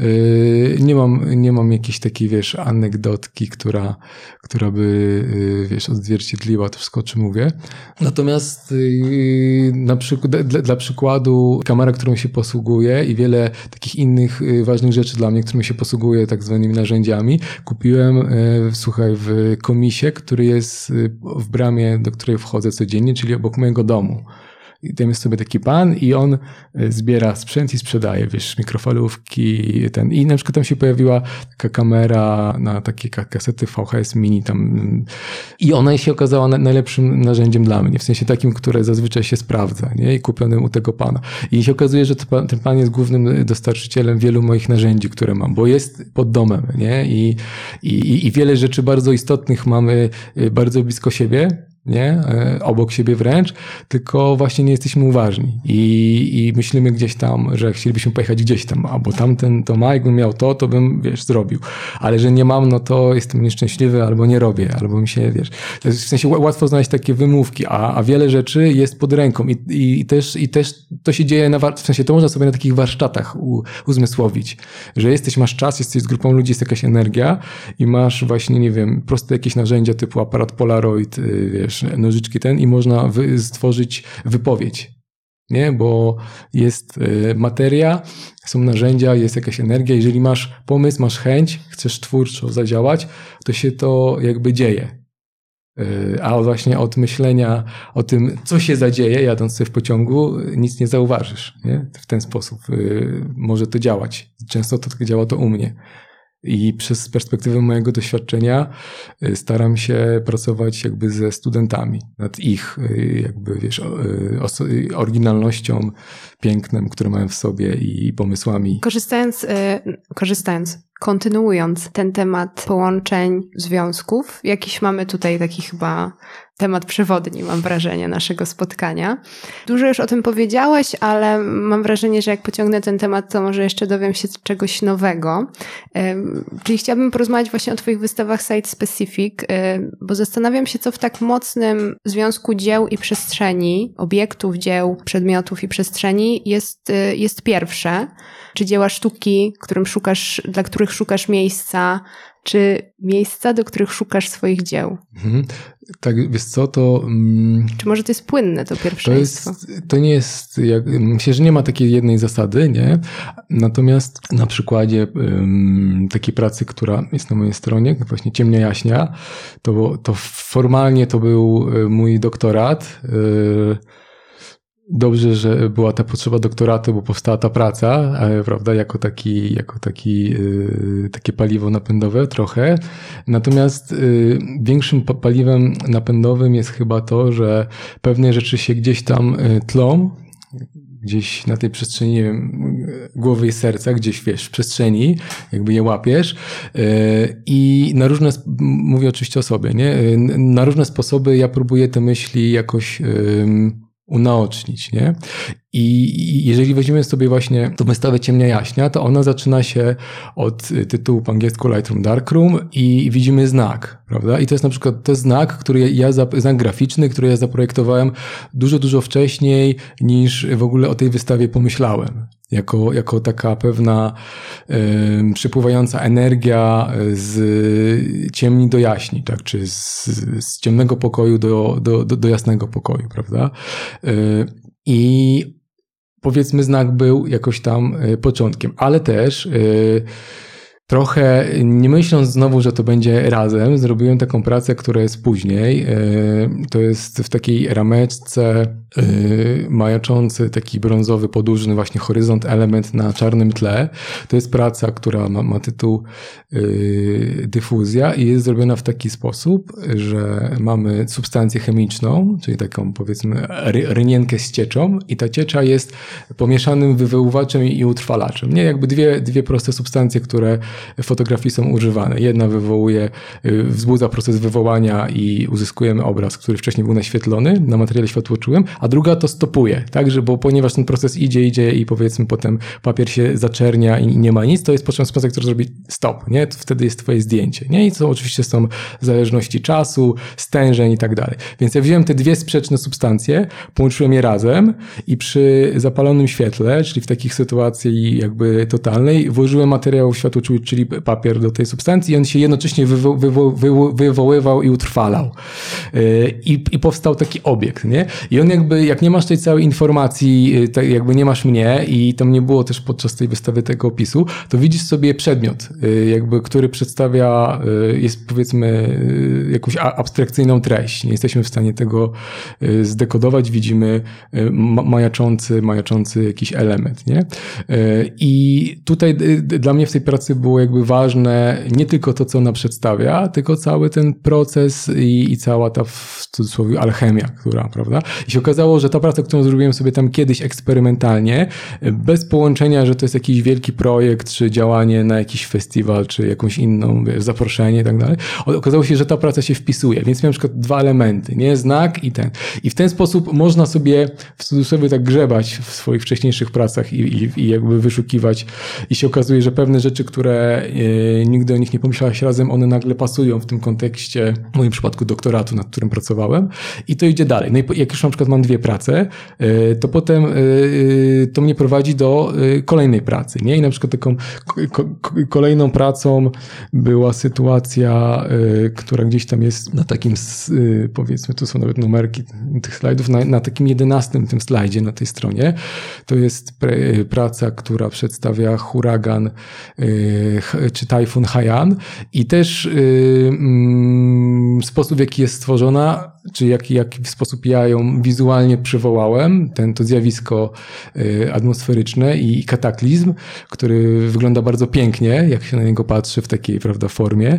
nie mam jakiejś takiej, anegdotki, która by, odzwierciedliła to wszystko, o czym mówię. Natomiast na przykład, dla przykładu kamera, którą się posługuję i wiele takich innych ważnych rzeczy dla mnie, którymi się posługuję tak zwanymi narzędziami, kupiłem, w komisie, który jest w bramie, do której wchodzę codziennie, czyli obok mojego domu. I tam jest sobie taki pan i on zbiera sprzęt i sprzedaje, mikrofalówki, i na przykład tam się pojawiła taka kamera na takie kasety VHS mini tam i ona się okazała najlepszym narzędziem dla mnie, w sensie takim, które zazwyczaj się sprawdza, nie? I kupionym u tego pana. I się okazuje, że ten pan jest głównym dostarczycielem wielu moich narzędzi, które mam, bo jest pod domem, nie? I wiele rzeczy bardzo istotnych mamy bardzo blisko siebie, nie? Obok siebie wręcz, tylko właśnie nie jesteśmy uważni i myślimy gdzieś tam, że chcielibyśmy pojechać gdzieś tam, albo tamten to ma, jakbym miał to bym, zrobił. Ale że nie mam, no to jestem nieszczęśliwy, albo nie robię, albo mi się, w sensie łatwo znaleźć takie wymówki, a wiele rzeczy jest pod ręką i też to się dzieje w sensie to można sobie na takich warsztatach uzmysłowić, że masz czas, jesteś z grupą ludzi, jest jakaś energia i masz właśnie, nie wiem, proste jakieś narzędzia typu aparat Polaroid, nożyczki i można stworzyć wypowiedź, nie? Bo jest materia, są narzędzia, jest jakaś energia. Jeżeli masz pomysł, masz chęć, chcesz twórczo zadziałać, to się to jakby dzieje. A właśnie od myślenia o tym, co się zadzieje, jadąc sobie w pociągu, nic nie zauważysz, nie? W ten sposób może to działać. Często to tak działa to u mnie. I przez perspektywę mojego doświadczenia staram się pracować jakby ze studentami nad ich oryginalnością, pięknem, które mają w sobie i pomysłami. Kontynuując ten temat połączeń, związków, jakiś mamy tutaj taki chyba temat przewodni, mam wrażenie, naszego spotkania. Dużo już o tym powiedziałeś, ale mam wrażenie, że jak pociągnę ten temat, to może jeszcze dowiem się czegoś nowego. Czyli chciałabym porozmawiać właśnie o twoich wystawach Site Specific, bo zastanawiam się, co w tak mocnym związku dzieł i przestrzeni, obiektów, dzieł, przedmiotów i przestrzeni jest pierwsze. Czy dzieła sztuki, dla których szukasz miejsca, czy miejsca, do których szukasz swoich dzieł? Tak, wiesz co, to... Czy może to jest płynne, to pierwszeństwo? To nie jest... Myślę, że nie ma takiej jednej zasady, nie? Natomiast na przykładzie takiej pracy, która jest na mojej stronie, właśnie Ciemnia Jaśnia, to formalnie to był mój doktorat. Dobrze, że była ta potrzeba doktoratu, bo powstała ta praca, prawda, jako takie paliwo napędowe trochę. Natomiast większym paliwem napędowym jest chyba to, że pewne rzeczy się gdzieś tam tlą, gdzieś na tej przestrzeni, nie wiem, głowy i serca, gdzieś, w przestrzeni, jakby je łapiesz i na różne, mówię oczywiście o sobie, nie? Na różne sposoby ja próbuję te myśli jakoś unaocznić, nie? I jeżeli weźmiemy sobie właśnie tą wystawę Ciemnia Jaśnia, to ona zaczyna się od tytułu po angielsku Lightroom Darkroom i widzimy znak, prawda? I to jest na przykład znak, znak graficzny, który ja zaprojektowałem dużo wcześniej niż w ogóle o tej wystawie pomyślałem. jako taka pewna przepływająca energia z ciemni do jaśni, tak? Czy z ciemnego pokoju do jasnego pokoju, prawda? I powiedzmy znak był jakoś tam początkiem, ale też trochę nie myśląc znowu, że to będzie razem, zrobiłem taką pracę, która jest później. To jest w takiej rameczce majaczący taki brązowy, podłużny właśnie horyzont, element na czarnym tle. To jest praca, która ma tytuł Dyfuzja i jest zrobiona w taki sposób, że mamy substancję chemiczną, czyli taką powiedzmy rynienkę z cieczą i ta ciecza jest pomieszanym wywoływaczem i utrwalaczem. Nie, jakby dwie proste substancje, które w fotografii są używane. Jedna wzbudza proces wywołania i uzyskujemy obraz, który wcześniej był naświetlony na materiale światłoczułym, a druga to stopuje, tak, ponieważ ten proces idzie i powiedzmy potem papier się zaczernia i nie ma nic, to jest potrzebna substancja, która zrobi stop, nie? To wtedy jest twoje zdjęcie, nie? I to oczywiście są zależności czasu, stężeń i tak dalej. Więc ja wziąłem te dwie sprzeczne substancje, połączyłem je razem i przy zapalonym świetle, czyli w takich sytuacji jakby totalnej, włożyłem materiał światłoczuły, czyli papier do tej substancji i on się jednocześnie wywoływał i utrwalał. I powstał taki obiekt, nie? I on jakby, jak nie masz tej całej informacji, tak jakby nie masz mnie i tam nie było też podczas tej wystawy tego opisu, to widzisz sobie przedmiot, jakby, który przedstawia, jest powiedzmy jakąś abstrakcyjną treść. Nie jesteśmy w stanie tego zdekodować, widzimy majaczący jakiś element, nie? I tutaj dla mnie w tej pracy było jakby ważne nie tylko to, co ona przedstawia, tylko cały ten proces i cała ta w cudzysłowie alchemia, która, prawda? I się okazało, że ta praca, którą zrobiłem sobie tam kiedyś eksperymentalnie, bez połączenia, że to jest jakiś wielki projekt, czy działanie na jakiś festiwal, czy jakąś inną, zaproszenie i tak dalej, okazało się, że ta praca się wpisuje, więc miałem na przykład dwa elementy, nie? Znak i ten. I w ten sposób można sobie w cudzysłowie tak grzebać w swoich wcześniejszych pracach i jakby wyszukiwać i się okazuje, że pewne rzeczy, które nigdy o nich nie pomyślałeś razem, one nagle pasują w tym kontekście, w moim przypadku doktoratu, nad którym pracowałem i to idzie dalej. No i jak już na przykład mam dwie prace, to potem to mnie prowadzi do kolejnej pracy, nie? I na przykład taką kolejną pracą była sytuacja, która gdzieś tam jest na takim, powiedzmy, tu są nawet numerki tych slajdów, na takim 11 tym slajdzie na tej stronie. To jest praca, która przedstawia huragan czy tajfun Haiyan i też sposób, w jaki jest stworzona, czy jaki sposób ja ją wizualnie przywołałem, to zjawisko atmosferyczne i kataklizm, który wygląda bardzo pięknie, jak się na niego patrzy w takiej, prawda, formie.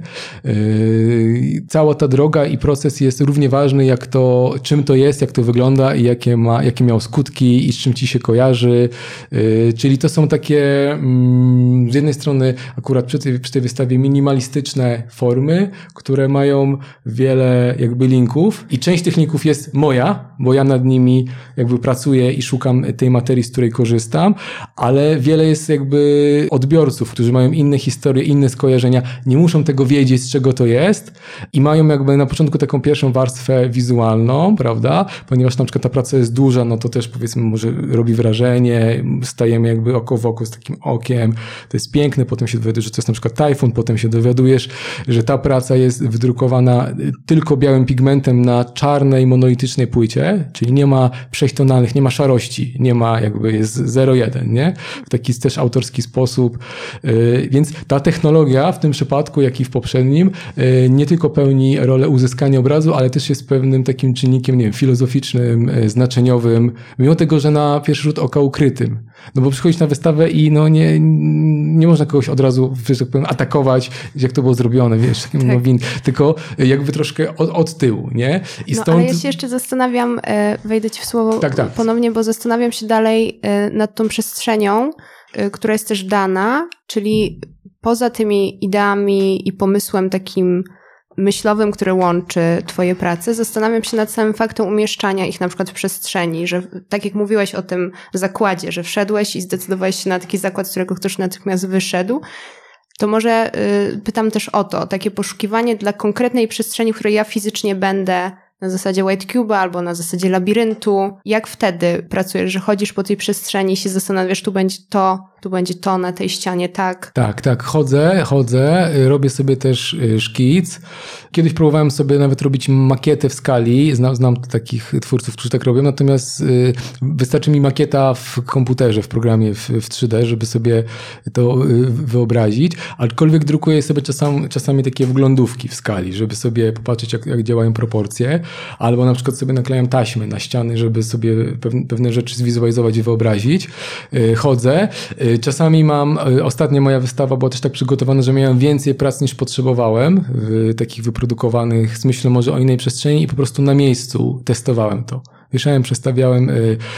Cała ta droga i proces jest równie ważny, czym to jest, jak to wygląda i jakie miał skutki i z czym ci się kojarzy. Czyli to są takie z jednej strony akurat przy tej wystawie minimalistyczne formy, które mają wiele jakby linków i część tych linków jest moja, bo ja nad nimi jakby pracuję i szukam tej materii, z której korzystam, ale wiele jest jakby odbiorców, którzy mają inne historie, inne skojarzenia, nie muszą tego wiedzieć, z czego to jest i mają jakby na początku taką pierwszą warstwę wizualną, prawda? Ponieważ na przykład ta praca jest duża, no to też powiedzmy może robi wrażenie, stajemy jakby oko w oko z takim okiem, to jest piękne, potem się dowiadujesz, że to jest na przykład tajfun, potem się dowiadujesz, że ta praca jest wydrukowana tylko białym pigmentem na czarnej, monolitycznej płycie, czyli nie ma przejść tonalnych, nie ma szarości, nie ma jakby, jest 0,1, nie? W taki też autorski sposób. Więc ta technologia w tym przypadku, jak i w poprzednim, nie tylko pełni rolę uzyskania obrazu, ale też jest pewnym takim czynnikiem, nie wiem, filozoficznym, znaczeniowym, mimo tego, że na pierwszy rzut oka ukrytym. No bo przychodzisz na wystawę i no nie można kogoś od razu, wiesz, tak powiem, atakować, jak to było zrobione, wiesz, takim tak. nowin, tylko jakby troszkę od tyłu, nie? I no, stąd... ale ja się jeszcze zastanawiam, wejdę ci w słowo tak. ponownie, bo zastanawiam się dalej nad tą przestrzenią, która jest też dana, czyli poza tymi ideami i pomysłem takim myślowym, który łączy twoje prace, zastanawiam się nad samym faktem umieszczania ich na przykład w przestrzeni, że tak jak mówiłeś o tym zakładzie, że wszedłeś i zdecydowałeś się na taki zakład, z którego ktoś natychmiast wyszedł, to może pytam też o to, takie poszukiwanie dla konkretnej przestrzeni, w której ja fizycznie będę na zasadzie White Cube'a albo na zasadzie labiryntu. Jak wtedy pracujesz, że chodzisz po tej przestrzeni i się zastanawiasz, tu będzie to na tej ścianie, tak? Tak, chodzę, robię sobie też szkic. Kiedyś próbowałem sobie nawet robić makietę w skali, znam takich twórców, którzy tak robią, natomiast wystarczy mi makieta w komputerze, w programie w 3D, żeby sobie to wyobrazić, aczkolwiek drukuję sobie czasami takie wglądówki w skali, żeby sobie popatrzeć, jak działają proporcje, albo na przykład sobie naklejam taśmy na ściany, żeby sobie pewne rzeczy zwizualizować i wyobrazić. Chodzę. Czasami ostatnia moja wystawa była też tak przygotowana, że miałem więcej prac niż potrzebowałem, takich wyprodukowanych z myślą może o innej przestrzeni i po prostu na miejscu testowałem to. Wieszałem, przestawiałem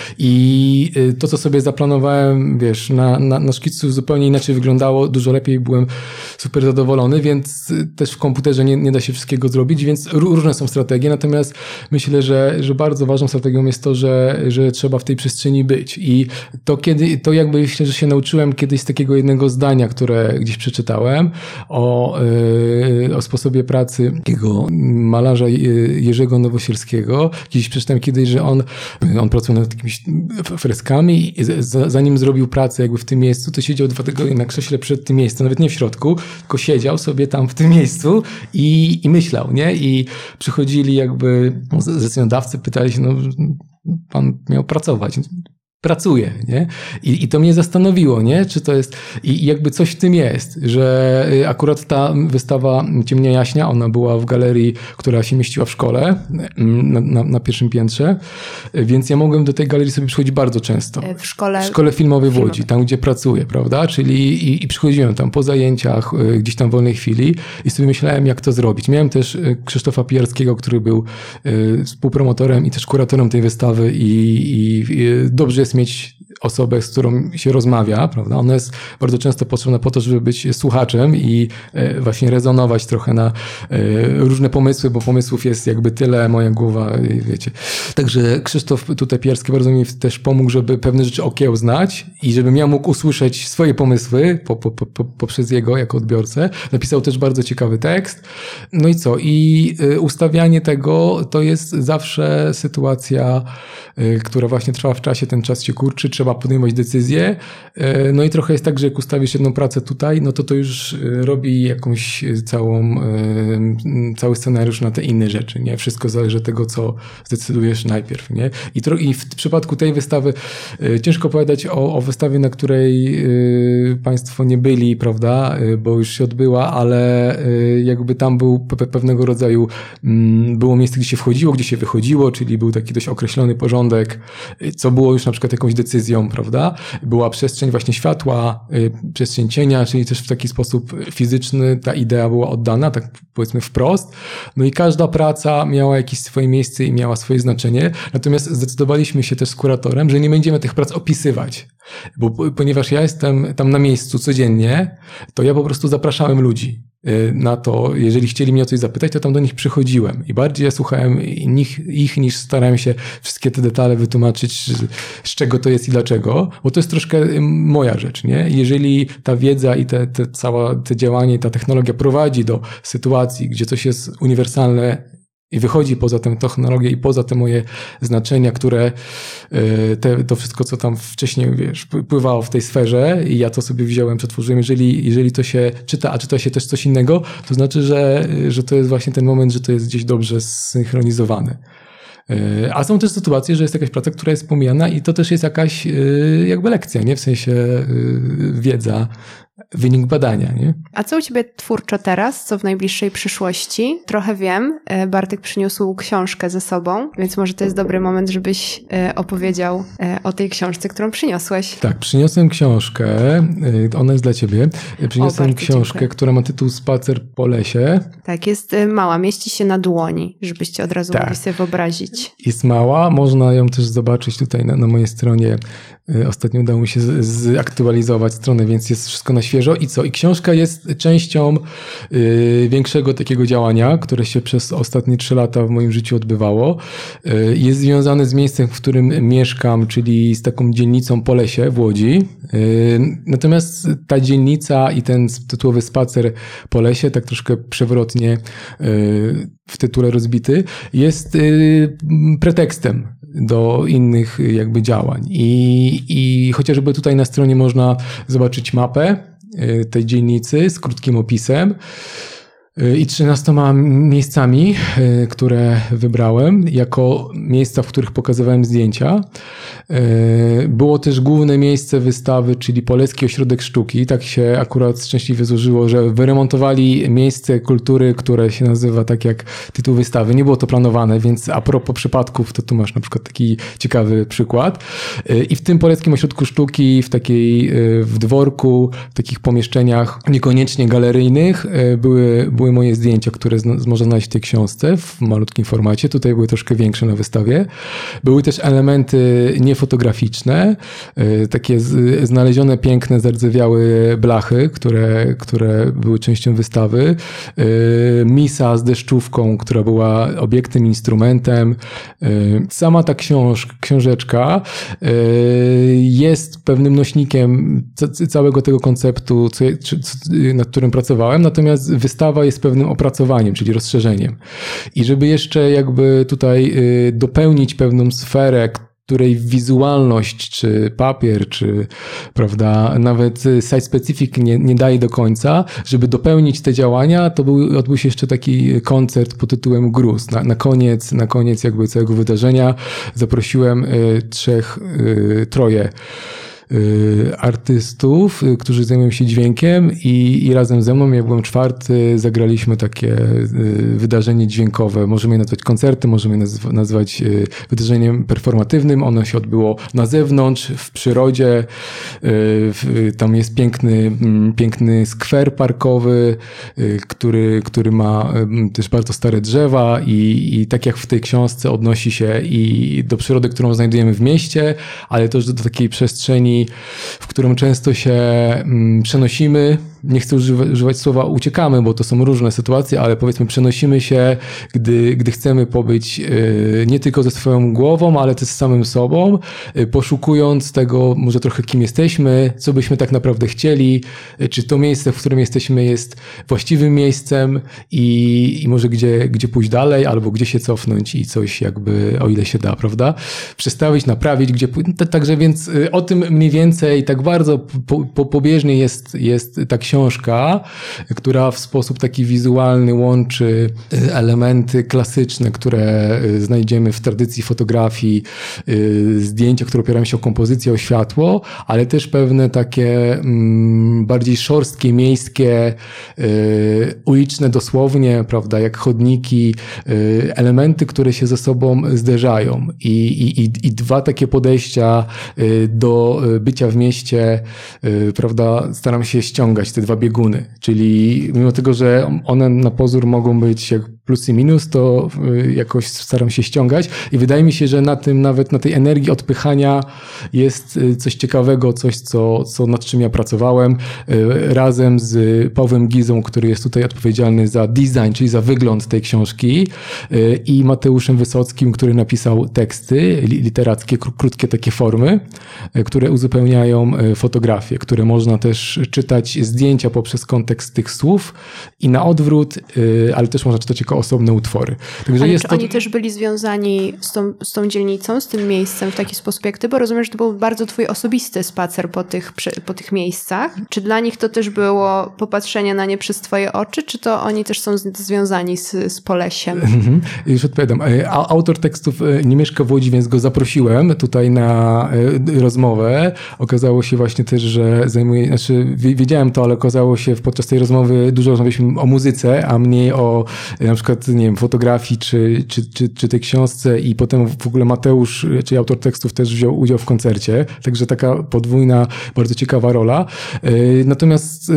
i to, co sobie zaplanowałem, wiesz, na szkicu zupełnie inaczej wyglądało, dużo lepiej, byłem super zadowolony, więc też w komputerze nie da się wszystkiego zrobić, więc różne są strategie, natomiast myślę, że bardzo ważną strategią jest to, że trzeba w tej przestrzeni być i to jakby myślę, że się nauczyłem kiedyś z takiego jednego zdania, które gdzieś przeczytałem o sposobie pracy takiego malarza Jerzego Nowosielskiego. Gdzieś przeczytałem kiedyś, że on pracował nad jakimiś freskami i zanim zrobił pracę jakby w tym miejscu, to siedział 2 tygodnie na krześle przed tym miejscem, nawet nie w środku, tylko siedział sobie tam w tym miejscu i myślał, nie? I przychodzili jakby zleceniodawcy, pytali się, no pan miał pracować. Pracuje, nie? I to mnie zastanowiło, nie? Czy to jest... I jakby coś w tym jest, że akurat ta wystawa Ciemnia Jaśnia, ona była w galerii, która się mieściła w szkole, na pierwszym piętrze, więc ja mogłem do tej galerii sobie przychodzić bardzo często. W szkole filmowej w Łodzi, tam gdzie pracuję, prawda? Czyli i przychodziłem tam po zajęciach, gdzieś tam w wolnej chwili i sobie myślałem, jak to zrobić. Miałem też Krzysztofa Pijarskiego, który był współpromotorem i też kuratorem tej wystawy i dobrze jest mieć osobę, z którą się rozmawia, prawda? Ona jest bardzo często potrzebna po to, żeby być słuchaczem i właśnie rezonować trochę na różne pomysły, bo pomysłów jest jakby tyle, moja głowa, wiecie. Także Krzysztof tutaj Pijarski bardzo mi też pomógł, żeby pewne rzeczy okiełznać i żebym ja mógł usłyszeć swoje pomysły poprzez jego jako odbiorcę. Napisał też bardzo ciekawy tekst. No i co? I ustawianie tego to jest zawsze sytuacja, która właśnie trwa w czasie, ten czas się kurczy, trzeba podejmować decyzje. No i trochę jest tak, że jak ustawisz jedną pracę tutaj, no to już robi jakąś cały scenariusz na te inne rzeczy, nie? Wszystko zależy od tego, co zdecydujesz najpierw, nie? I w przypadku tej wystawy ciężko opowiadać o wystawie, na której państwo nie byli, prawda? Bo już się odbyła, ale jakby tam był pewnego rodzaju, było miejsce, gdzie się wchodziło, gdzie się wychodziło, czyli był taki dość określony porządek, co było już na przykład jakąś decyzją, prawda? Była przestrzeń właśnie światła, przestrzeń cienia, czyli też w taki sposób fizyczny ta idea była oddana, tak powiedzmy wprost. No i każda praca miała jakieś swoje miejsce i miała swoje znaczenie. Natomiast zdecydowaliśmy się też z kuratorem, że nie będziemy tych prac opisywać. Ponieważ ja jestem tam na miejscu codziennie, to ja po prostu zapraszałem ludzi na to, jeżeli chcieli mnie o coś zapytać, to tam do nich przychodziłem i bardziej ja słuchałem ich niż starałem się wszystkie te detale wytłumaczyć, z czego to jest i dlaczego, bo to jest troszkę moja rzecz, nie? Jeżeli ta wiedza i te działanie i ta technologia prowadzi do sytuacji, gdzie coś jest uniwersalne i wychodzi poza tę technologię i poza te moje znaczenia, które to wszystko, co tam wcześniej, wiesz, pływało w tej sferze i ja to sobie wziąłem, przetworzyłem. Jeżeli to się czyta, a czyta się też coś innego, to znaczy, że to jest właśnie ten moment, że to jest gdzieś dobrze zsynchronizowane. A są też sytuacje, że jest jakaś praca, która jest pomijana i to też jest jakaś jakby lekcja, nie? W sensie wiedza, wynik badania, nie? A co u ciebie twórczo teraz, co w najbliższej przyszłości? Trochę wiem, Bartek przyniósł książkę ze sobą, więc może to jest dobry moment, żebyś opowiedział o tej książce, którą przyniosłeś. Tak, przyniosłem książkę, ona jest dla ciebie. Przyniosłem książkę, dziękuję, która ma tytuł Spacer po lesie. Tak, jest mała, mieści się na dłoni, żebyście od razu mogli sobie wyobrazić. Jest mała, można ją też zobaczyć tutaj na mojej stronie. Ostatnio udało mi się zaktualizować stronę, więc jest wszystko na świeżo. I co? I książka jest częścią większego takiego działania, które się przez ostatnie 3 lata w moim życiu odbywało. Jest związane z miejscem, w którym mieszkam, czyli z taką dzielnicą Polesie w Łodzi. Natomiast ta dzielnica i ten tytułowy spacer po lesie, tak troszkę przewrotnie, w tytule rozbity, jest pretekstem do innych jakby działań. I chociażby tutaj na stronie można zobaczyć mapę tej dzielnicy z krótkim opisem i 13 miejscami, które wybrałem jako miejsca, w których pokazywałem zdjęcia. Było też główne miejsce wystawy, czyli Polecki Ośrodek Sztuki. Tak się akurat szczęśliwie złożyło, że wyremontowali miejsce kultury, które się nazywa tak jak tytuł wystawy. Nie było to planowane, więc a propos przypadków, to tu masz na przykład taki ciekawy przykład. I w tym Poleckim Ośrodku Sztuki, w dworku, w takich pomieszczeniach niekoniecznie galeryjnych były moje zdjęcia, które można znaleźć w tej książce w malutkim formacie. Tutaj były troszkę większe na wystawie. Były też elementy niefotograficzne, takie znalezione piękne, zardzewiałe blachy, które były częścią wystawy. Misa z deszczówką, która była obiektem, instrumentem. Sama ta książeczka jest pewnym nośnikiem całego tego konceptu, nad którym pracowałem, natomiast wystawa jest pewnym opracowaniem, czyli rozszerzeniem. I żeby jeszcze jakby tutaj dopełnić pewną sferę, której wizualność, czy papier, czy prawda, nawet site specific nie daje do końca, żeby dopełnić te działania, to odbył się jeszcze taki koncert pod tytułem Gruz. Na koniec jakby całego wydarzenia zaprosiłem troje artystów, którzy zajmują się dźwiękiem i razem ze mną, ja byłem czwarty, zagraliśmy takie wydarzenie dźwiękowe. Możemy je nazwać koncertem, możemy je nazwać wydarzeniem performatywnym. Ono się odbyło na zewnątrz, w przyrodzie. Tam jest piękny skwer parkowy, który ma też bardzo stare drzewa i tak jak w tej książce odnosi się i do przyrody, którą znajdujemy w mieście, ale też do takiej przestrzeni, w którą często się przenosimy. Nie chcę używać słowa uciekamy, bo to są różne sytuacje, ale powiedzmy przenosimy się, gdy chcemy pobyć nie tylko ze swoją głową, ale też z samym sobą, poszukując tego może trochę kim jesteśmy, co byśmy tak naprawdę chcieli, czy to miejsce, w którym jesteśmy jest właściwym miejscem i może gdzie pójść dalej, albo gdzie się cofnąć i coś jakby, o ile się da, prawda? Przestawić, naprawić, także więc o tym mniej więcej tak bardzo pobieżnie jest ta książka, która w sposób taki wizualny łączy elementy klasyczne, które znajdziemy w tradycji fotografii, zdjęcia, które opierają się o kompozycję, o światło, ale też pewne takie bardziej szorstkie, miejskie, uliczne dosłownie, prawda, jak chodniki, elementy, które się ze sobą zderzają i dwa takie podejścia do bycia w mieście, prawda, staram się ściągać te dwa bieguny, czyli mimo tego, że one na pozór mogą być jak plus i minus, to jakoś staram się ściągać i wydaje mi się, że nawet na tej energii odpychania jest coś ciekawego, coś, nad czym ja pracowałem razem z Pawłem Gizą, który jest tutaj odpowiedzialny za design, czyli za wygląd tej książki i Mateuszem Wysockim, który napisał teksty literackie, krótkie takie formy, które uzupełniają fotografię, które można też czytać zdjęcia poprzez kontekst tych słów i na odwrót, ale też można czytać jako osobne utwory. Także ale czy oni też byli związani z tą dzielnicą, z tym miejscem w taki sposób jak ty? Bo rozumiem, że to był bardzo twój osobisty spacer po tych miejscach. Czy dla nich to też było popatrzenie na nie przez twoje oczy, czy to oni też są związani z Polesiem? Już odpowiadam. Autor tekstów nie mieszka w Łodzi, więc go zaprosiłem tutaj na rozmowę. Okazało się właśnie też, że wiedziałem to, ale okazało się podczas tej rozmowy dużo rozmawialiśmy o muzyce, a mniej o na przykład, nie wiem, fotografii czy tej książce i potem w ogóle Mateusz, czyli autor tekstów też wziął udział w koncercie, także taka podwójna, bardzo ciekawa rola. Natomiast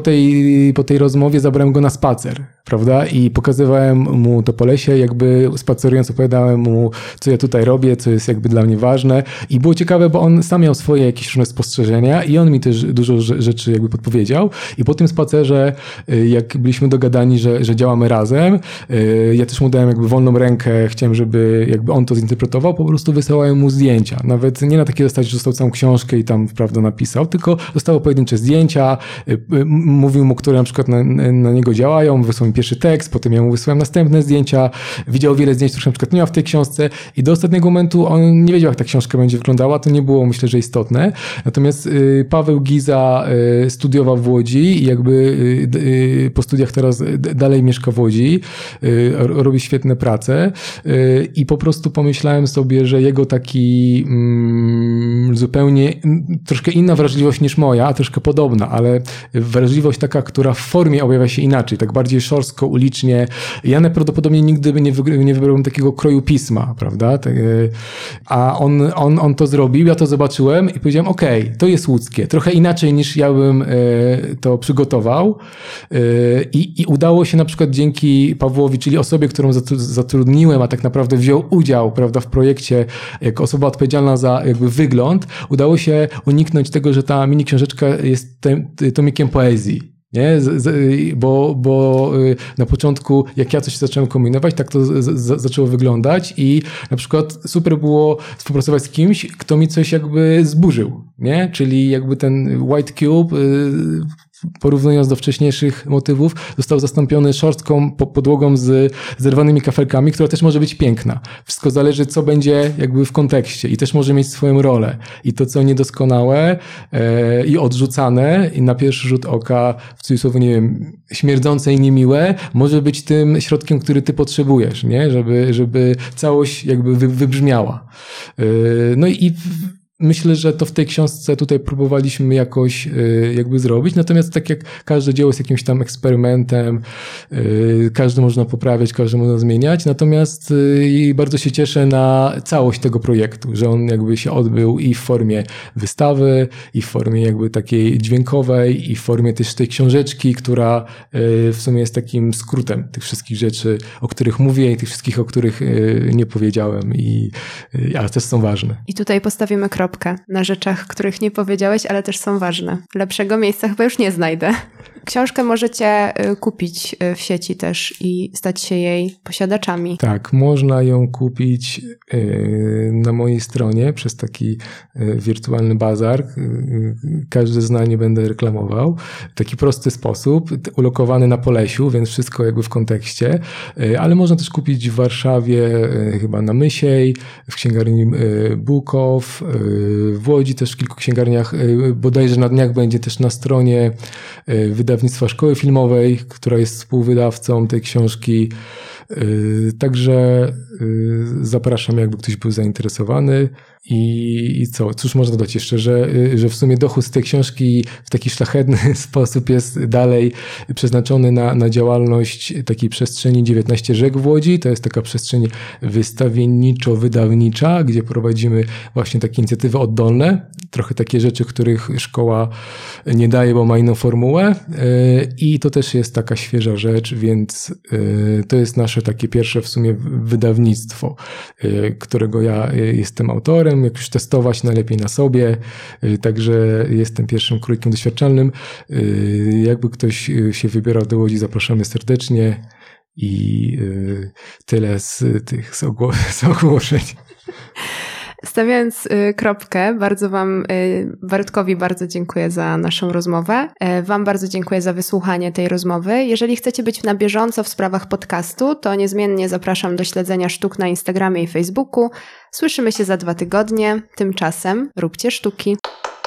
po tej rozmowie zabrałem go na spacer, prawda? I pokazywałem mu to Polesie, jakby spacerując opowiadałem mu, co ja tutaj robię, co jest jakby dla mnie ważne i było ciekawe, bo on sam miał swoje jakieś różne spostrzeżenia i on mi też dużo rzeczy jakby podpowiedział i po tym spacerze, jak byliśmy dogadani, że działamy razem, ja też mu dałem jakby wolną rękę, chciałem, żeby jakby on to zinterpretował, po prostu wysyłałem mu zdjęcia. Nawet nie na takiej zasadzie, że dostał całą książkę i tam prawda napisał, tylko dostało pojedyncze zdjęcia, mówił mu, które na przykład na niego działają, wysłał mi pierwszy tekst, potem ja mu wysłałem następne zdjęcia, widział wiele zdjęć, których na przykład nie ma w tej książce i do ostatniego momentu on nie wiedział, jak ta książka będzie wyglądała, to nie było, myślę, że istotne. Natomiast Paweł Giza studiował w Łodzi i jakby po studiach teraz dalej mieszka w Łodzi, robi świetne prace i po prostu pomyślałem sobie, że jego taki zupełnie troszkę inna wrażliwość niż moja, a troszkę podobna, ale wrażliwość taka, która w formie objawia się inaczej, tak bardziej szorstko, ulicznie. Ja najprawdopodobniej nigdy by nie wybrałbym takiego kroju pisma, prawda? A on to zrobił, ja to zobaczyłem i powiedziałem, okej, to jest łódzkie, trochę inaczej niż ja bym to przygotował i udało się na przykład dzięki Pawłowi, czyli osobie, którą zatrudniłem, a tak naprawdę wziął udział, prawda, w projekcie jako osoba odpowiedzialna za jakby wygląd, udało się uniknąć tego, że ta mini książeczka jest tomikiem poezji. Nie? Bo na początku, jak ja coś zacząłem kombinować, tak to zaczęło wyglądać i na przykład super było współpracować z kimś, kto mi coś jakby zburzył, nie? Czyli jakby ten White Cube, porównując do wcześniejszych motywów, został zastąpiony szorstką podłogą z zerwanymi kafelkami, która też może być piękna. Wszystko zależy, co będzie jakby w kontekście i też może mieć swoją rolę. I to, co niedoskonałe i odrzucane i na pierwszy rzut oka, w cudzysłowie, nie wiem, śmierdzące i niemiłe, może być tym środkiem, który ty potrzebujesz, nie? Żeby całość jakby wybrzmiała. No i myślę, że to w tej książce tutaj próbowaliśmy jakoś jakby zrobić, natomiast tak jak każde dzieło jest jakimś tam eksperymentem, każdy można poprawiać, każdy można zmieniać, natomiast bardzo się cieszę na całość tego projektu, że on jakby się odbył i w formie wystawy, i w formie jakby takiej dźwiękowej, i w formie też tej książeczki, która w sumie jest takim skrótem tych wszystkich rzeczy, o których mówię i tych wszystkich, o których nie powiedziałem, ale też są ważne. I tutaj postawimy kropkę na rzeczach, których nie powiedziałeś, ale też są ważne. Lepszego miejsca chyba już nie znajdę. Książkę możecie kupić w sieci też i stać się jej posiadaczami. Tak, można ją kupić na mojej stronie przez taki wirtualny bazar. Każde zdanie będę reklamował. W taki prosty sposób, ulokowany na Polesiu, więc wszystko jakby w kontekście. Ale można też kupić w Warszawie, chyba na Mysiej, w księgarni Bukow, w Łodzi też w kilku księgarniach, bodajże na dniach będzie też na stronie wydawnictwa Szkoły Filmowej, która jest współwydawcą tej książki. Także zapraszam, jakby ktoś był zainteresowany. I co? Cóż można dodać jeszcze, że w sumie dochód z tej książki w taki szlachetny sposób jest dalej przeznaczony na działalność takiej przestrzeni 19 Rzek w Łodzi. To jest taka przestrzeń wystawienniczo-wydawnicza, gdzie prowadzimy właśnie takie inicjatywy oddolne. Trochę takie rzeczy, których szkoła nie daje, bo ma inną formułę. I to też jest taka świeża rzecz, więc to jest nasze takie pierwsze w sumie wydawnictwo, którego ja jestem autorem. Jak już testować, najlepiej na sobie. Także jestem pierwszym królikiem doświadczalnym. Jakby ktoś się wybierał do Łodzi, zapraszamy serdecznie i tyle z tych ogłoszeń. Stawiając kropkę, bardzo wam, Bartkowi bardzo dziękuję za naszą rozmowę. Wam bardzo dziękuję za wysłuchanie tej rozmowy. Jeżeli chcecie być na bieżąco w sprawach podcastu, to niezmiennie zapraszam do śledzenia sztuk na Instagramie i Facebooku. Słyszymy się za 2 tygodnie. Tymczasem róbcie sztuki.